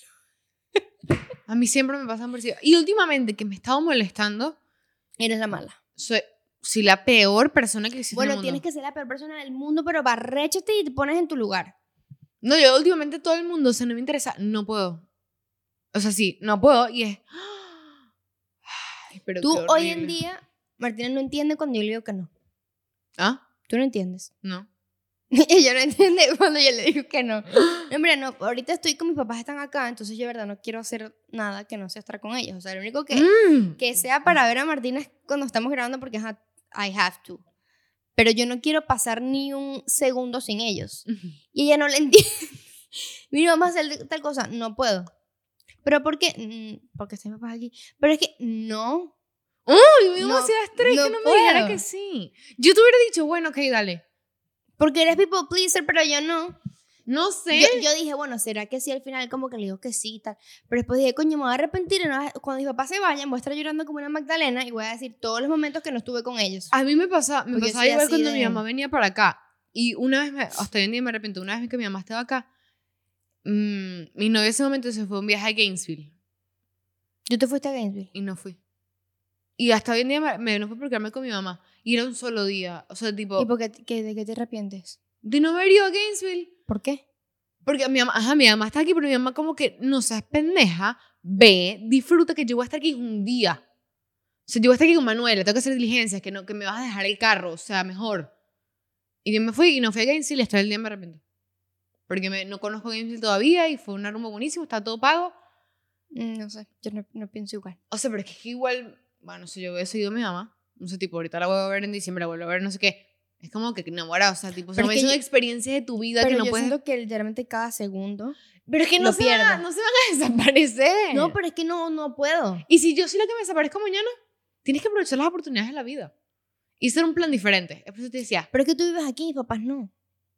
A mí siempre me pasan por encima. Y últimamente, que me estaba molestando, Eres la mala. soy, soy la peor persona que existe Bueno, en el mundo. tienes que ser la peor persona del mundo, pero barréchate y te pones en tu lugar. No, yo últimamente todo el mundo, o sea, no me interesa, no puedo. O sea, sí, no puedo y es... Ay, pero Tú qué hoy en horrible. día, Martina no entiende cuando yo le digo que no. ¿Ah? Tú no entiendes. No. Ella no entiende cuando yo le digo que no. No, mira, no, ahorita estoy con mis papás, están acá, entonces yo de verdad no quiero hacer nada que no sea estar con ellos. O sea, lo único que, Mm. que sea para ver a Martina es cuando estamos grabando porque ajá, I have to. Pero yo no quiero pasar ni un segundo sin ellos. Y ella no le entiende. Mira, vamos a hacer tal cosa. No puedo. ¿Pero por qué? Mm, porque están mis papás aquí. Pero es que no. Uy, me dio No, demasiado estrés no que no me puedo. dijera que sí. Yo te hubiera dicho, bueno, ok, dale. Porque eres people pleaser, pero yo no. No sé. Yo, yo dije, bueno, ¿será que sí? Al final como que le digo que sí y tal. Pero después dije, coño, me voy a arrepentir. ¿No? Cuando mis papás se vayan, voy a estar llorando como una Magdalena y voy a decir todos los momentos que no estuve con ellos. A mí me pasa, me Porque yo pasaba soy igual así cuando de- mi mamá venía para acá. Y una vez, me, hasta hoy en día me arrepiento, una vez que mi mamá estaba acá, mmm, mi novio en ese momento se fue a un viaje a Gainesville. ¿Tú te fuiste a Gainesville? Y no fui. Y hasta hoy en día me, me no fue por quedarme con mi mamá. Y era un solo día. O sea, tipo, ¿Y por qué, qué- de qué te arrepientes? de no haber ido a Gainesville. ¿Por qué? Porque mi mamá, ajá, mi mamá está aquí, pero mi mamá como que, no seas pendeja, ve, disfruta que yo voy a estar aquí un día. O sea, yo voy a estar aquí con Manuela, tengo que hacer diligencias, que, no, que me vas a dejar el carro, o sea, mejor. Y yo me fui y no fui a Gainesville y hasta el día me arrepiento. Porque me, no conozco Gainesville todavía y fue un rumbo buenísimo, está todo pago. Mm, No sé, yo no, no pienso igual. O sea, pero es que igual, bueno, si yo hubiese ido a mi mamá, no sé, tipo, ahorita la voy a ver en diciembre, la vuelvo a ver, no sé qué. Es como que enamorada, o sea, tipo, Pero son, es que son yo- experiencias de tu vida Pero que no yo puedes... siento que literalmente cada segundo... Pero es que no lo se, van a, pierdo. no se van a desaparecer. No, pero es que no, no puedo. Y si yo soy la que me desaparezco mañana, tienes que aprovechar las oportunidades de la vida. Y hacer un plan diferente. Es por eso te decía, Pero es que tú vives aquí y mis papás no.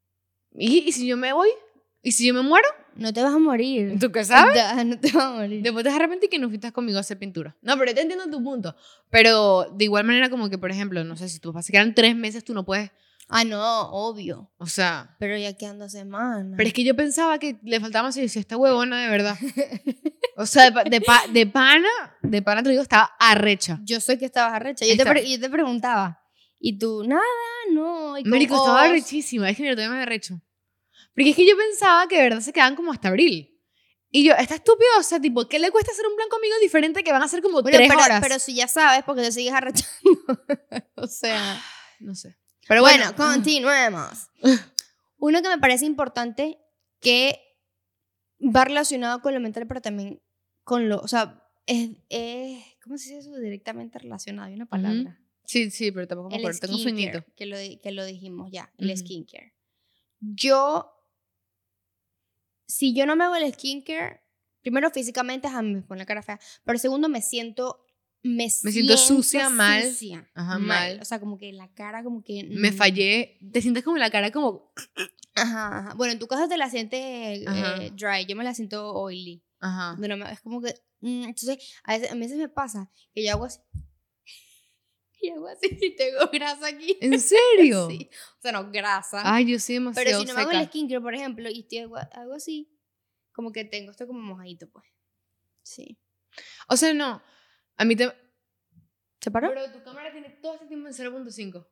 ¿y, ¿y si yo me voy? ¿Y si yo me muero? No te vas a morir. ¿Tú qué sabes? Da, no te vas a morir. Después te vas a arrepentir que no fuiste conmigo a hacer pintura. No, pero yo te entiendo tu punto. Pero de igual manera como que, por ejemplo, no sé, si tus papás se quedan tres meses, tú no puedes... Ah, no, obvio. O sea... Pero ya quedan dos semanas. Pero es que yo pensaba que le faltaba más y decía, esta huevona de verdad. O sea, de, pa- de, pa- de pana, de pana te digo, estaba arrecha. Yo sé que estabas arrecha. Yo te, Está- pre- yo te preguntaba. Y tú, nada, no. Y con Marico, estaba os. arrechísima. Es que mira, todavía me arrecho. Porque es que yo pensaba que de verdad se quedaban como hasta abril. Y yo, está estúpido, o sea, tipo, ¿qué le cuesta hacer un plan conmigo diferente que van a ser como Bueno, tres pero, horas? pero si ya sabes, porque te sigues arrechando. O sea. No sé. Pero bueno, Bueno. continuemos. Uno que me parece importante que va relacionado con lo mental, pero también con lo, o sea, es, es ¿cómo se dice eso? Directamente relacionado, hay una palabra. Sí, sí, pero tampoco me El acuerdo. Tengo un skincare, sueñito. que lo, di- que lo dijimos ya, el Ujú. skincare. Yo, si yo no me hago el skincare, primero físicamente, ajá, me pone la cara fea, pero segundo me siento, me, Me siento sucia, mal. sucia, Ajá, mal. O sea, como que la cara, como que... Me mm, fallé. Te sientes como la cara como... Ajá, ajá. Bueno, en tu caso te la sientes eh, Ajá. eh, dry, yo me la siento oily. Ajá. Pero me- es como que... mm, entonces, a veces, a veces me pasa que yo hago así. Y hago así y tengo grasa aquí. ¿En serio? Sí. O sea, no, grasa. Ay, yo soy demasiado pero si no me hago seca. el skincare, por ejemplo, y estoy hago, hago así, como que tengo esto como mojadito, pues. Sí. O sea, no. A mí te... ¿Se paró? Pero tu cámara tiene todo este tiempo en cero punto cinco.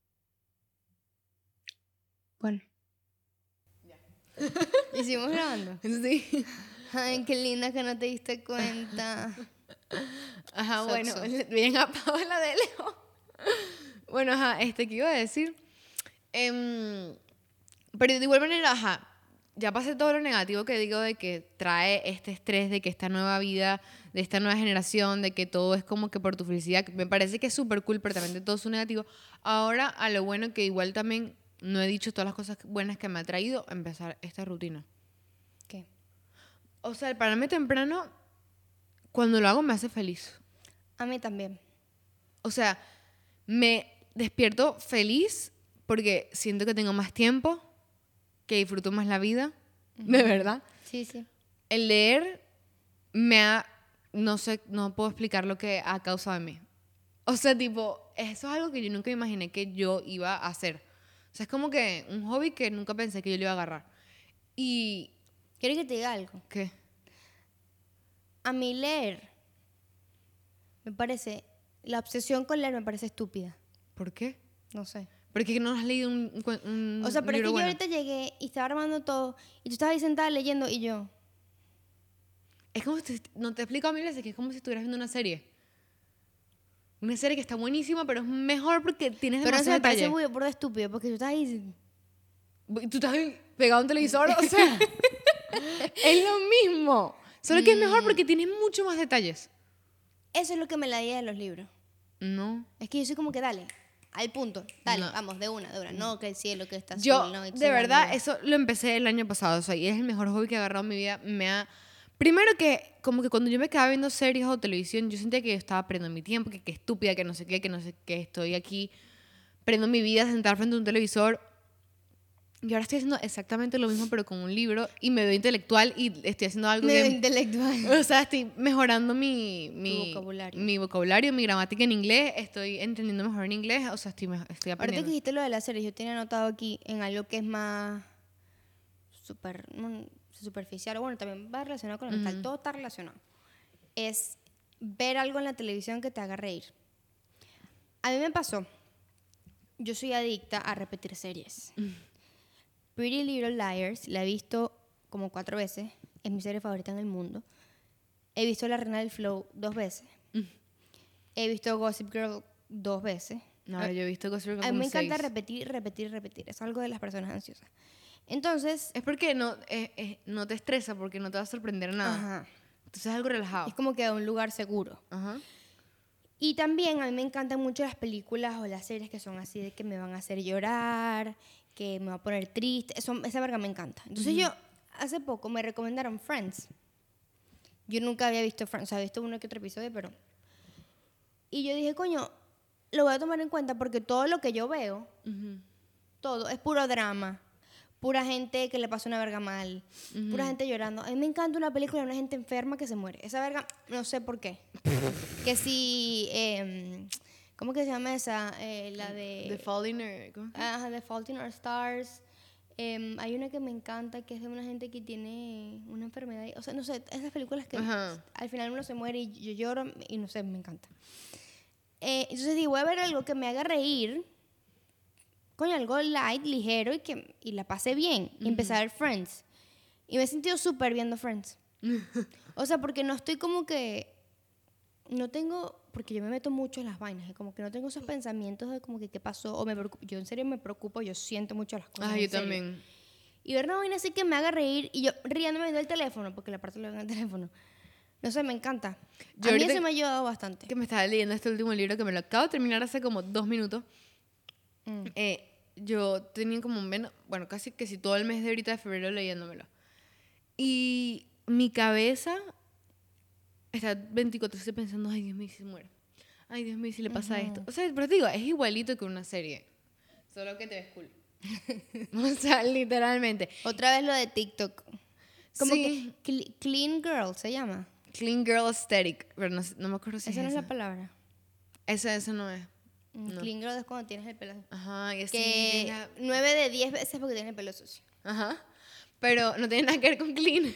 Bueno. ¿Y seguimos grabando? Sí. Ay, qué linda que no te diste cuenta. Ajá, So, bueno. so. Bien a Paola de Leo. Bueno, ajá, este, ¿qué iba a decir? Em, pero de igual manera, ajá, ya pasé todo lo negativo que digo de que trae este estrés, de que esta nueva vida, de esta nueva generación, de que todo es como que por tu felicidad, que me parece que es súper cool, pero también de todo su negativo. Ahora, a lo bueno que igual también no he dicho todas las cosas buenas que me ha traído empezar esta rutina. ¿Qué? O sea, el pararme temprano, cuando lo hago me hace feliz. A mí también. O sea, me despierto feliz porque siento que tengo más tiempo, que disfruto más la vida, de verdad. Sí, sí. El leer me ha, no sé, no puedo explicar lo que ha causado en mí. O sea, tipo, eso es algo que yo nunca imaginé que yo iba a hacer. O sea, es como que un hobby que nunca pensé que yo le iba a agarrar. Y... ¿Quieres que te diga algo? ¿Qué? A mí leer me parece, la obsesión con leer me parece estúpida. ¿Por qué? No sé. Porque no has leído un, un, un O sea, pero es que libro yo bueno. ahorita llegué y estaba armando todo y tú estabas ahí sentada leyendo y yo... Es como si, no te explico a mí veces que es como si estuvieras viendo una serie. Una serie que está buenísima, pero es mejor porque tienes Pero eso demasiado me parece detalle. muy por estúpido porque tú estás ahí... Y tú estás ahí pegado a un televisor, o sea, es lo mismo. Solo que es mejor porque tienes mucho más detalles. Eso es lo que me la di de los libros. No. Es que yo soy como que dale, al punto, dale, No. vamos, de una, de una. No, que el cielo, que está azul, Yo, no. de verdad, eso lo empecé el año pasado. O sea, y es el mejor hobby que he agarrado en mi vida. Me ha... Primero que, como que cuando yo me quedaba viendo series o televisión, yo sentía que yo estaba perdiendo mi tiempo, que qué estúpida, que no sé qué, que no sé qué, estoy aquí perdiendo mi vida sentada frente a un televisor. Y ahora estoy haciendo exactamente lo mismo, pero con un libro, y me veo intelectual y estoy haciendo algo Me veo bien... intelectual. O sea, estoy mejorando mi, mi, vocabulario. mi vocabulario, mi gramática en inglés, estoy entendiendo mejor en inglés, o sea, estoy, mejor, estoy Ahorita aprendiendo. que dijiste lo de las series, yo tenía anotado aquí en algo que es más super, no, superficial, o bueno, también va relacionado con el mental, Ujú. todo está relacionado. Es ver algo en la televisión que te haga reír. A mí me pasó, yo soy adicta a repetir series. Pretty Little Liars, la he visto como cuatro veces, es mi serie favorita en el mundo. He visto La Reina del Flow dos veces. He visto Gossip Girl dos veces. No, yo he visto Gossip Girl A mí como me encanta seis. repetir, repetir, repetir. Es algo de las personas ansiosas. Entonces, Es porque no, eh, eh, no te estresa, porque no te va a sorprender nada. ajá, Entonces es algo relajado. es como que a un lugar seguro. Ajá. Y también a mí me encantan mucho las películas o las series que son así de que me van a hacer llorar, que me va a poner triste. Eso, esa verga me encanta. Entonces Ujú. yo, hace poco me recomendaron Friends. Yo nunca había visto Friends, o sea, había visto uno que otro episodio, pero... Y yo dije, coño, lo voy a tomar en cuenta porque todo lo que yo veo, Ujú. todo, es puro drama. Pura gente que le pasa una verga mal. Ujú. Pura gente llorando. A mí me encanta una película de una gente enferma que se muere. Esa verga, no sé por qué. Que si... Eh, ¿cómo que se llama esa? Eh, la de... The Falling or... ¿cómo? Ajá, The Fault in Our Stars. Eh, hay una que me encanta que es de una gente que tiene una enfermedad. O sea, no sé, esas películas que Ajá. al final uno se muere y yo lloro y no sé, me encanta. Eh, entonces digo, voy a ver algo que me haga reír. Coño, algo light, ligero y que y la pasé bien. Y empecé a ver Friends. Y me he sentido súper viendo Friends. O sea, porque no estoy como que... No tengo... Porque yo me meto mucho en las vainas. Y como que no tengo esos pensamientos de como que qué pasó. O me preocupo. Yo en serio me preocupo. Yo siento mucho las cosas. Ah, en yo serio. también. Y ver una vaina así que me haga reír. Y yo riéndome viendo el teléfono. Porque la parte lo veo en el teléfono. No sé, me encanta. Yo a mí ahorita eso me ha ayudado bastante. Que me estaba leyendo este último libro que me lo acabo de terminar hace como dos minutos. Mm. Eh, yo tenía como menos, bueno, casi que si todo el mes de ahorita de febrero leyéndomelo. Y mi cabeza está veinticuatro siete pensando, ay Dios mío, si se muere. Ay Dios mío, si le pasa Ujú. esto. O sea, pero te digo, es igualito que una serie. Solo que te ves cool. O sea, literalmente. Otra vez lo de TikTok. Como Sí. que cl- Clean Girl se llama. Clean Girl Aesthetic. Pero no, sé- no me acuerdo si Esa es no es esa. la palabra. Esa, esa no es. Mm, No. Clean Girl es cuando tienes el pelo así. Ajá, y así. Que tienes la- nueve de diez veces porque tienes el pelo sucio. Ajá. Pero no tiene nada que ver con clean.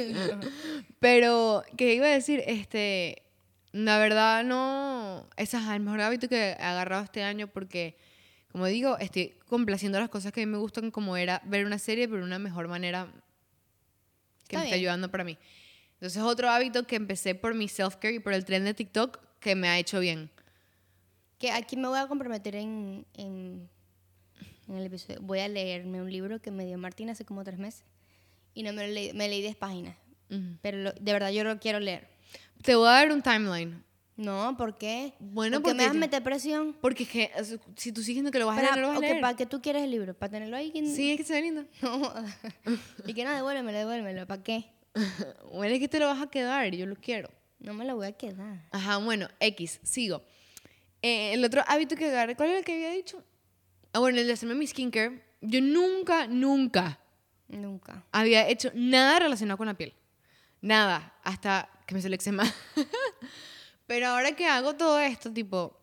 Pero, ¿qué iba a decir? Este, la verdad no... Ese es el mejor hábito que he agarrado este año porque, como digo, estoy complaciendo las cosas que a mí me gustan como era ver una serie, pero de una mejor manera que Está me está bien. ayudando para mí. Entonces, otro hábito que empecé por mi self-care y por el tren de TikTok que me ha hecho bien. Que aquí me voy a comprometer en, en, en el episodio. Voy a leerme un libro que me dio Martín hace como tres meses. Y no me lo leí, me leí diez páginas. Ujú. Pero lo- de verdad yo lo quiero leer. Te voy a dar un timeline. No, ¿por qué? Bueno, ¿Por qué me porque vas a yo- meter presión? Porque es que o sea, si tú sigues diciendo que lo vas a Para, leer, no lo vas a ok, leer. ¿para qué tú quieres el libro? ¿Para tenerlo ahí? ¿Quién- Sí, es que se ve lindo. No. Y que no, devuélvemelo, devuélvemelo. ¿Para qué? Bueno, es que te lo vas a quedar, yo lo quiero. No me lo voy a quedar. Ajá, bueno, X, sigo. Eh, el otro hábito que agarré, ¿cuál era el que había dicho? Ah, bueno, el de hacerme mi skincare. Yo nunca, nunca Nunca. había hecho nada relacionado con la piel. Nada, hasta que me salió eczema. Pero ahora que hago todo esto, tipo,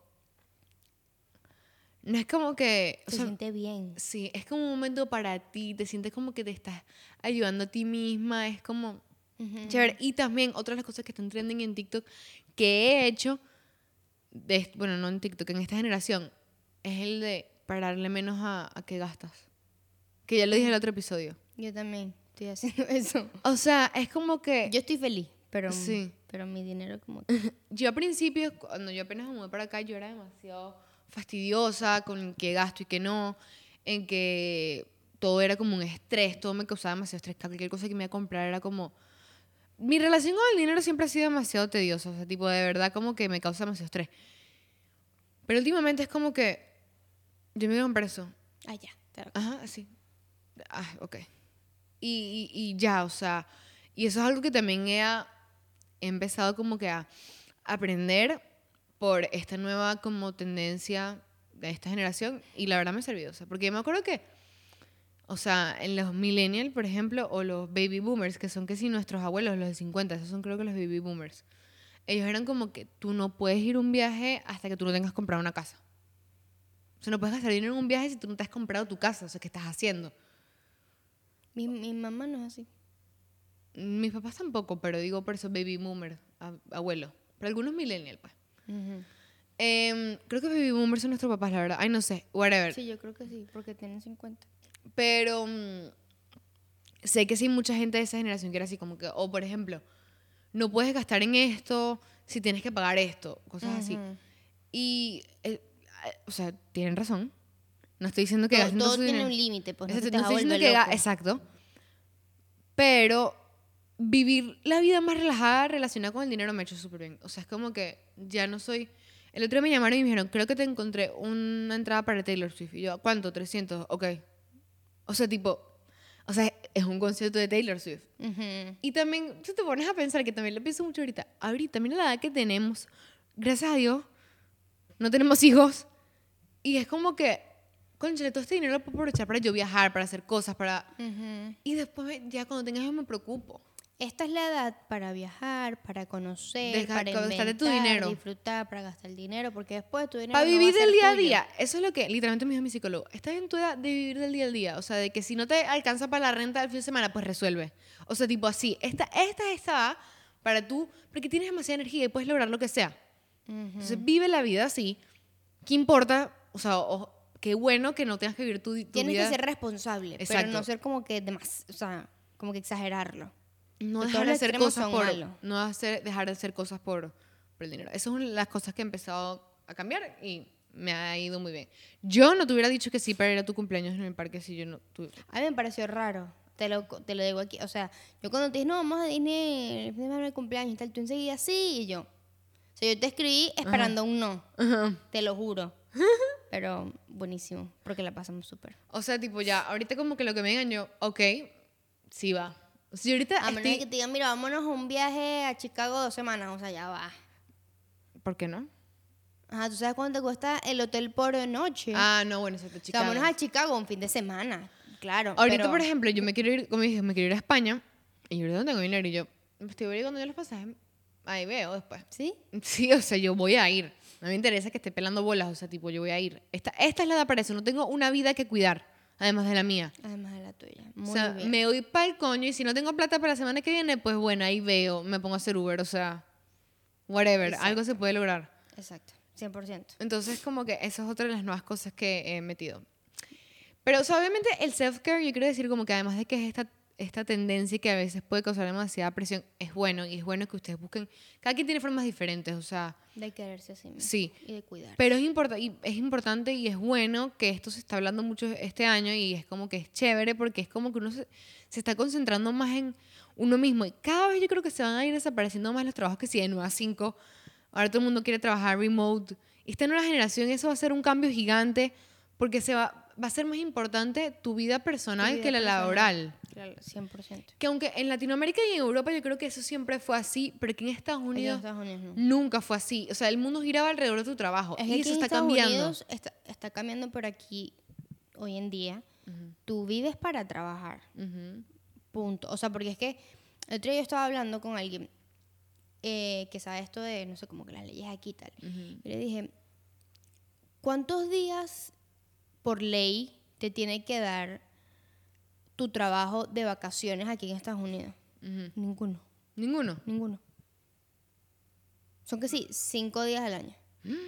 no es como que... o Se sea, siente bien. sí, es como un momento para ti, te sientes como que te estás ayudando a ti misma, es como Ujú. chévere. Y también, otra de las cosas que están trending en TikTok que he hecho, de, bueno, no en TikTok, en esta generación, es el de pararle menos a, a qué gastas. Que ya lo dije en el otro episodio. Yo también estoy haciendo eso. O sea, es como que... Yo estoy feliz, pero, Sí. pero mi dinero como que... Yo al principio, cuando yo apenas me mudé para acá, yo era demasiado fastidiosa con qué gasto y qué no, en que todo era como un estrés, todo me causaba demasiado estrés, cualquier cosa que me iba a comprar era como... Mi relación con el dinero siempre ha sido demasiado tediosa, o sea, tipo, de verdad como que me causa demasiado estrés. Pero últimamente es como que yo me voy a comprar eso. Ah, ya. Claro. Ajá, así. Ah, ok. Y, y, y ya, o sea, y eso es algo que también he, a- he empezado como que a aprender por esta nueva como tendencia de esta generación y la verdad me ha servido, o sea, porque yo me acuerdo que, o sea, en los millennials, por ejemplo, o los baby boomers, que son que si nuestros abuelos, los de cincuenta, esos son creo que los baby boomers, ellos eran como que tú no puedes ir a un viaje hasta que tú no tengas comprado una casa. O sea, no puedes gastar dinero en un viaje si tú no te has comprado tu casa, o sea, ¿qué estás haciendo? Mi, mi mamá no es así. Mis papás tampoco, pero digo por eso baby boomer, a- abuelo. Pero algunos millennials, pues. Ujú. Em, creo que baby boomers son nuestros papás, la verdad. Ay, no sé, whatever. Sí, yo creo que sí, porque tienen cincuenta. Pero mm, sé que sí, mucha gente de esa generación que era así como que, o por ejemplo, no puedes gastar en esto si tienes que pagar esto, cosas así. Ujú. Y, eh, eh, o sea, tienen razón. No estoy diciendo que Todo, gasten todo todo su tiene dinero. un límite, pues no Exacto, se te no va a estoy diciendo volver que ga- loco. exacto. Pero vivir la vida más relajada relacionada con el dinero me ha hecho súper bien. O sea, es como que ya no soy... El otro día me llamaron y me dijeron, creo que te encontré una entrada para Taylor Swift. Y yo, ¿cuánto? trescientos. Ok. O sea, tipo... O sea, es un concierto de Taylor Swift. Ujú. Y también, si te pones a pensar, que también lo pienso mucho ahorita. Ahorita, mira la edad que tenemos. Gracias a Dios, no tenemos hijos. Y es como que, conchale, todo este dinero lo puedo aprovechar para yo viajar, para hacer cosas, para... Ujú. Y después, ya cuando tengas hijos, me preocupo. Esta es la edad para viajar, para conocer, Deja- para para gastar de tu inventar, dinero. disfrutar, para gastar el dinero, porque después tu dinero Para no va vivir a ser del día a tuyo. día. Eso es lo que literalmente me dijo mi psicólogo. Estás en tu edad de vivir del día al día. O sea, de que si no te alcanza para la renta del fin de semana, pues resuelve. O sea, tipo así. Esta, esta es esta edad para tú, porque tienes demasiada energía y puedes lograr lo que sea. Ujú. Entonces, vive la vida así. ¿Qué importa? O sea, o- qué bueno que no tengas que vivir tu, tu Tienes vida. que ser responsable, pero Exacto. no ser como que demás, o sea, como que exagerarlo. No Que dejar todos de los hacer extremos cosas son por... malos. No hacer, dejar de hacer cosas por, por el dinero. Esas son las cosas que he empezado a cambiar y me ha ido muy bien. Yo no te hubiera dicho que sí para ir a tu cumpleaños en el parque si yo no... tu- A mí me pareció raro, te lo, te lo digo aquí, o sea, yo cuando te dije, no, vamos a Disney, el fin de semana del cumpleaños y tal, tú enseguida sí, y yo. O sea, yo te escribí esperando un no, Ajá. te lo juro. Pero buenísimo, porque la pasamos súper. O sea, tipo ya, ahorita como que lo que me digan yo, ok, sí va. O sea, yo ahorita A menos estoy... de que te digan, mira, vámonos a un viaje a Chicago dos semanas, o sea, ya va. ¿Por qué no? Ajá, ¿tú sabes cuánto te cuesta el hotel por noche? Ah, no, bueno, eso te O sea, Chicago. vámonos a Chicago un fin de semana, claro. Ahorita, pero- por ejemplo, yo me quiero ir, como dije, me quiero ir a España y yo ahorita no tengo dinero y yo estoy averiguando yo los pasajes, ahí veo después. ¿Sí? Sí, o sea, yo voy a ir. No me interesa que esté pelando bolas, o sea, tipo, yo voy a ir. Esta, esta es la edad para eso, no tengo una vida que cuidar, además de la mía. Además de la tuya. Muy o sea, bien. me voy para el coño y si no tengo plata para la semana que viene, pues bueno, ahí veo, me pongo a hacer Uber, o sea, whatever, Exacto. algo se puede lograr. Exacto, cien por ciento. Entonces, como que esa es otra de las nuevas cosas que he metido. Pero, o sea, obviamente el self-care, yo quiero decir como que además de que es esta, esta tendencia que a veces puede causar demasiada presión, es bueno y es bueno que ustedes busquen, cada quien tiene formas diferentes, o sea, De quererse así mismo. sí. Y de cuidar. Pero es, importa- y es importante y es bueno que esto se está hablando mucho este año y es como que es chévere porque es como que uno se, se está concentrando más en uno mismo y cada vez yo creo que se van a ir desapareciendo más los trabajos que si de nueve a cinco, ahora todo el mundo quiere trabajar remote y esta nueva generación eso va a ser un cambio gigante porque se va, va a ser más importante tu vida personal Tu vida que la personal. laboral. Claro, cien por ciento. Que aunque en Latinoamérica y en Europa yo creo que eso siempre fue así, pero que en Estados Aquí en Unidos Estados Unidos no. nunca fue así. O sea, el mundo giraba alrededor de tu trabajo Es que y aquí eso en está Estados cambiando. Unidos está, está cambiando por aquí hoy en día. Ujú, Tú vives para trabajar. ujú, Punto. O sea, porque es que el otro día yo estaba hablando con alguien eh, que sabe esto de, no sé, como que las leyes aquí y tal. ujú, Y le dije, ¿cuántos días por ley te tiene que dar tu trabajo de vacaciones aquí en Estados Unidos? ujú. Ninguno, Ninguno. ninguno. Son que sí, cinco días al año.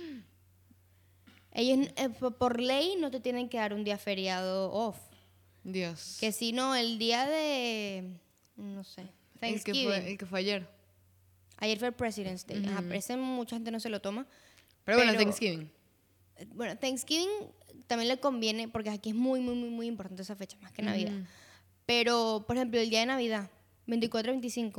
Ellos eh, po- por ley no te tienen que dar un día feriado off. Dios. Que si no, el día de, no sé, El que fue, Thanksgiving. el que fue ayer. Ayer fue el President's Day. Ajá, Ujú. pero ese mucha gente no se lo toma. Pero bueno, Pero, Thanksgiving. eh, bueno, Thanksgiving también le conviene porque aquí es muy, muy, muy, muy importante esa fecha, más que Navidad. Ujú, Pero, por ejemplo, el día de Navidad, veinticuatro y veinticinco.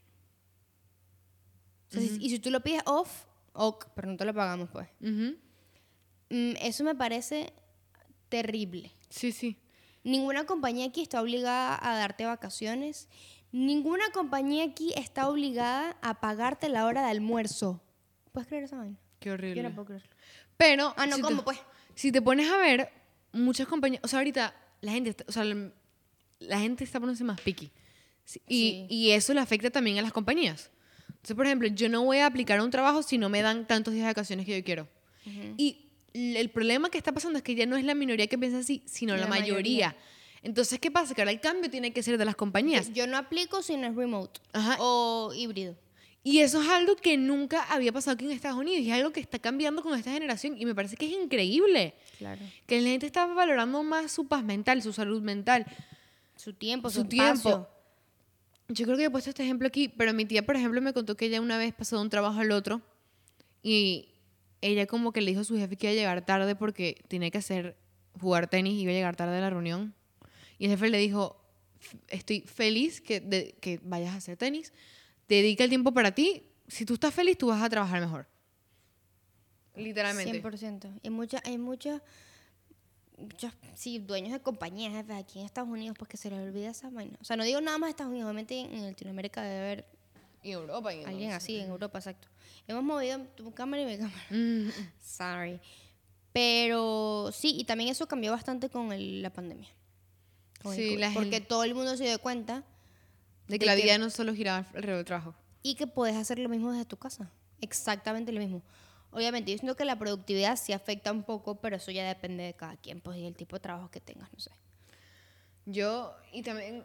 O sea, si- ujú, y si tú lo pides off, ok, pero no te lo pagamos, pues. ujú. Mm, eso me parece terrible. Sí, sí. Ninguna compañía aquí está obligada a darte vacaciones. Ninguna compañía aquí está obligada a pagarte la hora de almuerzo. ¿Puedes creer esa vaina? Qué Yo no horrible. puedo creerlo. Pero, Ah, no, si ¿cómo te, pues? si te pones a ver, muchas compañías, o sea, ahorita la gente, está- o sea, la, la gente está poniéndose más picky. Sí, Y, Sí. y eso le afecta también a las compañías. Entonces, por ejemplo, yo no voy a aplicar a un trabajo si no me dan tantos días de vacaciones que yo quiero. Ujú. Y l- el problema que está pasando es que ya no es la minoría que piensa así, sino la, La mayoría. mayoría. Entonces, ¿qué pasa? Que ahora el cambio tiene que ser de las Yo, compañías. yo no aplico si no es remote Ajá. o híbrido. Y eso es algo que nunca había pasado aquí en Estados Unidos y es algo que está cambiando con esta generación y me parece que es increíble. Claro. Que la gente está valorando más su paz mental, su salud mental, Su tiempo, su, su tiempo. espacio. Yo creo que he puesto este ejemplo aquí, pero mi tía, por ejemplo, me contó que ella una vez pasó de un trabajo al otro y ella como que le dijo a su jefe que iba a llegar tarde porque tenía que hacer, jugar tenis y iba a llegar tarde a la reunión. Y el jefe le dijo, "F- estoy feliz que, de- que vayas a hacer tenis, dedica el tiempo para ti, si tú estás feliz tú vas a trabajar mejor. Literalmente. cien por ciento. Hay muchas, hay muchas, muchos, sí, dueños de compañías, jefes aquí en Estados Unidos, pues que se les olvida esa vaina. O sea, no digo nada más de Estados Unidos, obviamente en Latinoamérica debe haber Y Europa. Y alguien entonces- así, en Europa, exacto. Hemos movido tu cámara y mi cámara. Mm, Sorry. Pero sí, y también eso cambió bastante con el- la pandemia. Con el Sí, COVID, la porque gente- todo el mundo se dio cuenta de que de la que- vida no solo giraba alrededor del trabajo. y que puedes hacer lo mismo desde tu casa. Exactamente lo mismo. Obviamente, yo siento que la productividad sí afecta un poco, pero eso ya depende de cada quien, pues, y el tipo de trabajo que tengas, no sé. Yo, y también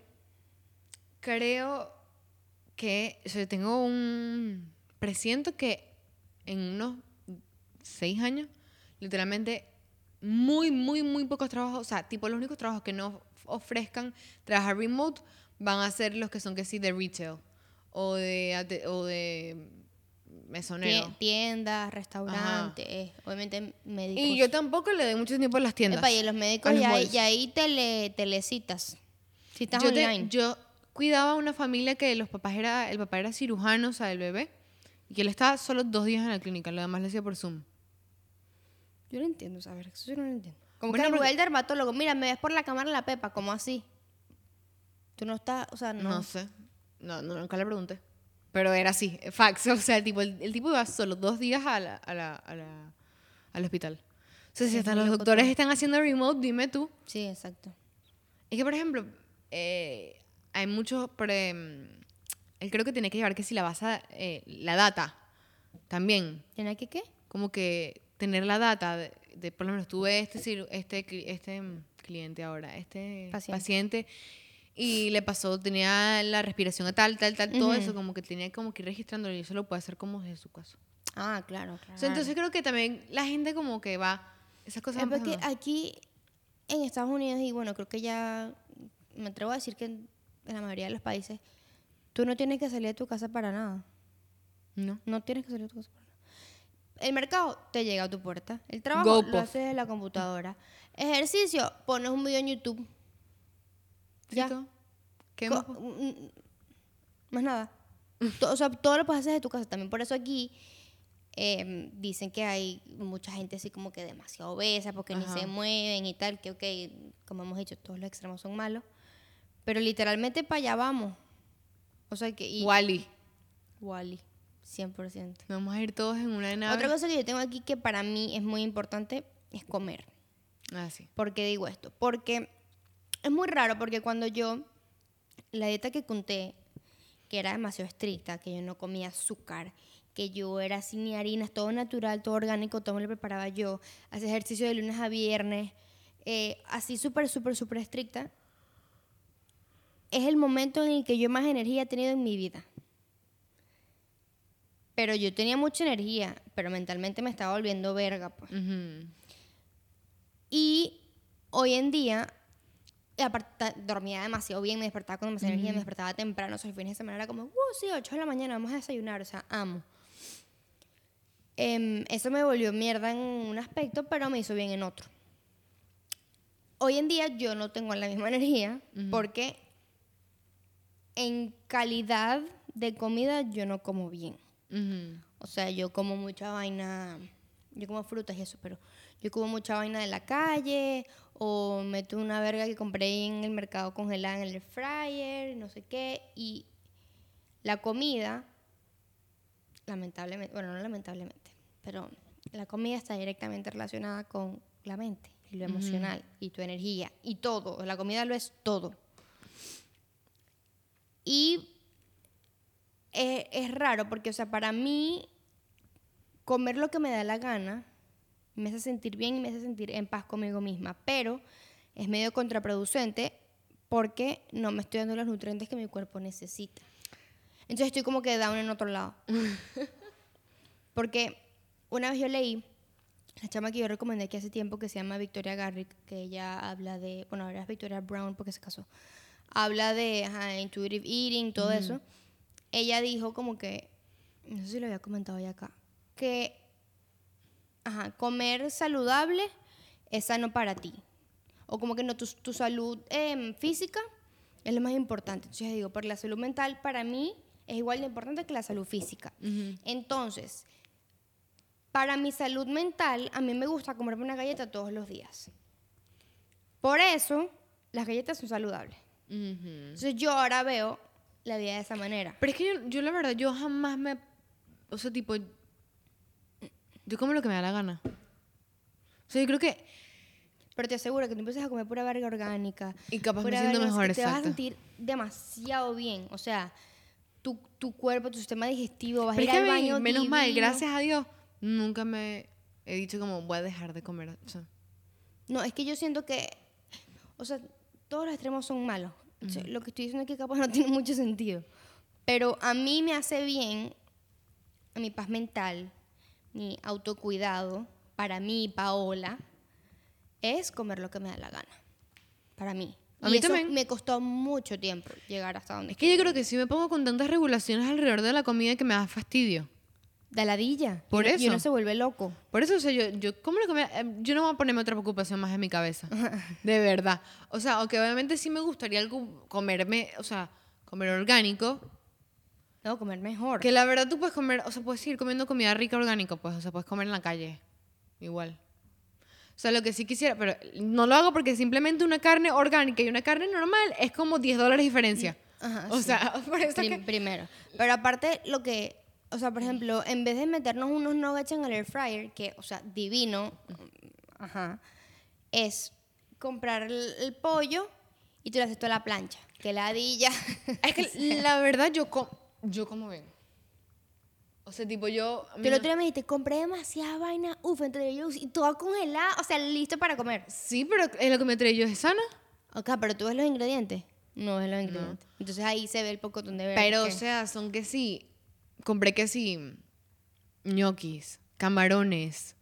creo que, o sea, tengo un, presiento que en unos seis años, literalmente, muy, muy, muy pocos trabajos, o sea, tipo los únicos trabajos que no ofrezcan trabajar remote van a ser los que son que sí de retail o de, ate- o de mesonero. Tie- Tiendas, restaurantes, eh, obviamente médicos. Y yo tampoco le doy mucho tiempo a las tiendas. Epa, y los a médicos los ya hay, malls. ya hay tele, telecitas. Si estás yo, te- online. yo cuidaba a una familia que los papás era, el papá era cirujano, o sea, el bebé, y que él estaba solo dos días en la clínica, lo demás lo hacía por Zoom. Yo no entiendo, ¿sabes? Eso yo no lo entiendo. Como Bueno, que porque- el dermatólogo, mira, me ves por la cámara la pepa, ¿cómo así? Tú no estás, o sea, no. No sé. No, no, nunca le pregunté. Pero era así, fax. O sea, el tipo, el, el tipo iba solo dos días a la, a la, a la- al hospital. O sea, si Es hasta muy los loco doctores todo. están haciendo remote, dime tú. Sí, exacto. Es que, por ejemplo, eh, hay muchos... Pre, él creo que tiene que llevar que si la base, eh, la data también. ¿Tiene que qué? Como que tener la data de, de, por lo menos tuve este, ciru- este, cli- este mm, cliente ahora, este Paciente. paciente. Y le pasó, tenía la respiración a tal, tal, tal, todo Ujú. eso, como que tenía como que ir registrándolo y eso lo puede hacer como desde su casa. Ah, claro, claro. O sea, entonces creo que también la gente como que va, esas cosas Es van porque pasando. aquí en Estados Unidos, y bueno, creo que ya me atrevo a decir que en, en la mayoría de los países, tú no tienes que salir de tu casa para nada. No. No tienes que salir de tu casa para nada. El mercado te llega a tu puerta. El trabajo Go, lo puff. haces en la computadora. Ejercicio, pones un video en YouTube. Ya. ¿Listo? ¿Qué Co- más? po- mm, mm, más nada. To- o sea, todo lo puedes hacer de tu casa. También por eso aquí eh, dicen que hay mucha gente así como que demasiado obesa porque Ajá. ni se mueven y tal. Que, ok, como hemos dicho, todos los extremos son malos. Pero literalmente para allá vamos. O sea que... Y, Wally. Wally, cien por ciento. Vamos a ir todos en una nave. Otra cosa que yo tengo aquí que para mí es muy importante es comer. Ah, sí. ¿Por qué digo esto? Porque Es muy raro porque cuando yo, la dieta que conté, que era demasiado estricta, que yo no comía azúcar, que yo era sin ni harinas, todo natural, todo orgánico, todo me lo preparaba yo, hacía ejercicio de lunes a viernes, eh, así súper, súper, súper estricta, es el momento en el que yo más energía he tenido en mi vida. Pero yo tenía mucha energía, pero mentalmente me estaba volviendo verga, pues. Uh-huh. Y hoy en día, aparte, dormía demasiado bien, me despertaba con demasiada uh-huh. energía, me despertaba temprano, o sea, el fin de semana era como, uh, sí, ocho de la mañana, vamos a desayunar, o sea, amo. Eh, eso me volvió mierda en un aspecto, pero me hizo bien en otro. Hoy en día yo no tengo la misma energía, uh-huh. porque en calidad de comida yo no como bien. Uh-huh. O sea, yo como mucha vaina, yo como frutas y eso, pero yo como mucha vaina de la calle, o meto una verga que compré en el mercado congelada en el air fryer, no sé qué, y la comida, lamentablemente, bueno, no lamentablemente, pero la comida está directamente relacionada con la mente y lo emocional, uh-huh. y tu energía, y todo, la comida lo es todo. Y es, es raro porque, o sea, para mí, comer lo que me da la gana me hace sentir bien y me hace sentir en paz conmigo misma, pero es medio contraproducente porque no me estoy dando los nutrientes que mi cuerpo necesita. Entonces estoy como que down en otro lado. Porque una vez yo leí la chama que yo recomendé aquí hace tiempo, que se llama Victoria Garrick, que ella habla de, bueno, ahora es Victoria Brown porque se casó, habla de ajá, intuitive eating, todo uh-huh. eso. Ella dijo como que, no sé si lo había comentado ya acá, que ajá, comer saludable es sano para ti. O como que no, tu, tu salud eh, física es lo más importante. Entonces yo digo, pero la salud mental para mí es igual de importante que la salud física. Uh-huh. Entonces, para mi salud mental, a mí me gusta comerme una galleta todos los días. Por eso, las galletas son saludables. Uh-huh. Entonces yo ahora veo la vida de esa manera. Pero es que yo, yo la verdad, yo jamás me... O sea, tipo... Yo como lo que me da la gana. O sea, yo creo que... Pero te aseguro que tú empiezas a comer pura verga orgánica. Y capaz me siento mejor, te exacto. Te vas a sentir demasiado bien. O sea, tu, tu cuerpo, tu sistema digestivo, vas Pero a ir es que al baño me, menos divino. mal, gracias a Dios, nunca me he dicho como voy a dejar de comer. O sea. No, es que yo siento que... O sea, todos los extremos son malos. Uh-huh. O sea, lo que estoy diciendo es que capaz no tiene mucho sentido. Pero a mí me hace bien, a mi paz mental, mi autocuidado, para mí, Paola, es comer lo que me da la gana. Para mí. A y mí eso también. Me costó mucho tiempo llegar hasta donde Es que yo creo que si me pongo con tantas regulaciones alrededor de la comida que me da fastidio. De ladilla. Por y eso. Y uno se vuelve loco. Por eso, o sea, yo, yo como lo que me, yo no voy a ponerme otra preocupación más en mi cabeza. De verdad. O sea, aunque obviamente sí me gustaría algo comerme, o sea, comer orgánico. No, comer mejor. Que la verdad tú puedes comer, o sea, puedes seguir comiendo comida rica orgánica, pues, o sea, puedes comer en la calle. Igual. O sea, lo que sí quisiera, pero no lo hago porque simplemente una carne orgánica y una carne normal es como diez dólares diferencia. Ajá, o sí. sea, por eso Prim- que... Primero. Pero aparte, lo que... O sea, por ejemplo, en vez de meternos unos nuggets en el air fryer, que, o sea, divino, ajá, es comprar el, el pollo y tú lo haces toda la plancha. Que ladilla. Es que o sea, la verdad yo, com yo como bien. O sea, tipo yo... Tú el otro día me dijiste, compré demasiada vaina, uff, entre ellos, y toda congelada, o sea, listo para comer. Sí, pero lo que me trae yo es sana. Ok, pero tú ves los ingredientes. No ves los ingredientes. No. Entonces ahí se ve el pocotón de verde. Pero, que... o sea, son que sí. Compré que sí. Ñoquis, camarones.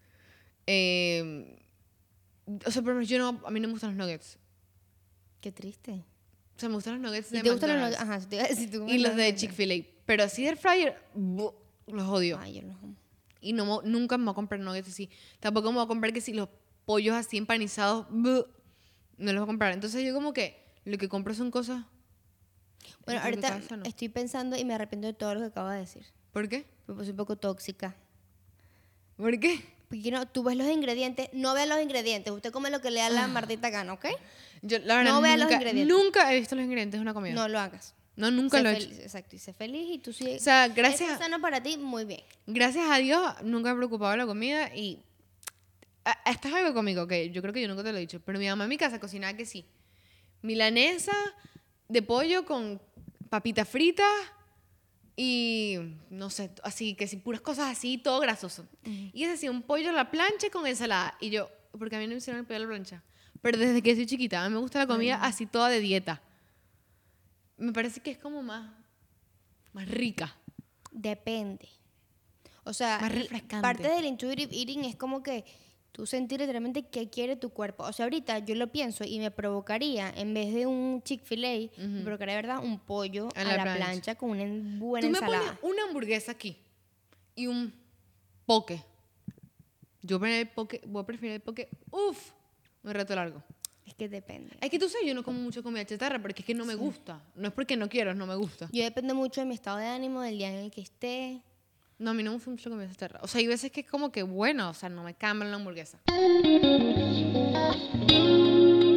Eh, o sea, pero yo no, a mí no me gustan los nuggets. Qué triste. O sea, me gustan los nuggets ¿Y de te gustan los McDonald's. nuggets? Ajá, te iba a decir, tú Y los de Chick-fil-A. Pero así de air fryer, buh, los odio. Ay, yo los amo. Y no, nunca me voy a comprar nuggets así. Tampoco me voy a comprar que si los pollos así empanizados, buh, no los voy a comprar. Entonces yo como que lo que compro son cosas... Bueno, ahorita casa, ¿no? Estoy pensando y me arrepiento de todo lo que acabo de decir. ¿Por qué? Porque soy un poco tóxica. ¿Por qué? Porque no, tú ves los ingredientes, no veas los ingredientes. Usted come lo que le da la maldita gana, ¿ok? Yo, la verdad, no veas los nunca, ingredientes. Nunca he visto los ingredientes de una comida. No lo hagas. No, nunca sé lo he feliz, hecho. Exacto, y sé feliz y tú sí. O sea, gracias. Es sano para ti, muy bien. Gracias a Dios, nunca me he preocupado de la comida y. Esto es algo conmigo, que yo creo que yo nunca te lo he dicho, pero mi mamá en mi casa cocinaba que sí. milanesa de pollo con papitas fritas y no sé, así, que si puras cosas así, todo grasoso. Ujú. Y es así, un pollo a la plancha con ensalada. Y yo, porque a mí no me hicieron el pollo a la plancha. Pero desde que soy chiquita, a mí me gusta la comida Ay, no. así toda de dieta. Me parece que es como más, más rica. Depende. O sea, Más l- refrescante. parte del intuitive eating es como que tú sentir literalmente qué quiere tu cuerpo. O sea, ahorita yo lo pienso y me provocaría, en vez de un Chick-fil-A, me Ujú. provocaría, ¿verdad? Un pollo A a la la, plancha. plancha con una en- buena Tú me ensalada. pones una hamburguesa aquí y un poke. Yo voy a, el poke, voy a preferir el poke. Uf, un rato largo. Es que depende. Es que tú sabes, yo no como mucho comida chatarra porque es que no me Sí. gusta. No es porque no quiero, no me gusta. Yo depende mucho de mi estado de ánimo, del día en el que esté. No, a mí no me gusta mucho comida chatarra. O sea, hay veces que es como que bueno, o sea, no me cambia la hamburguesa.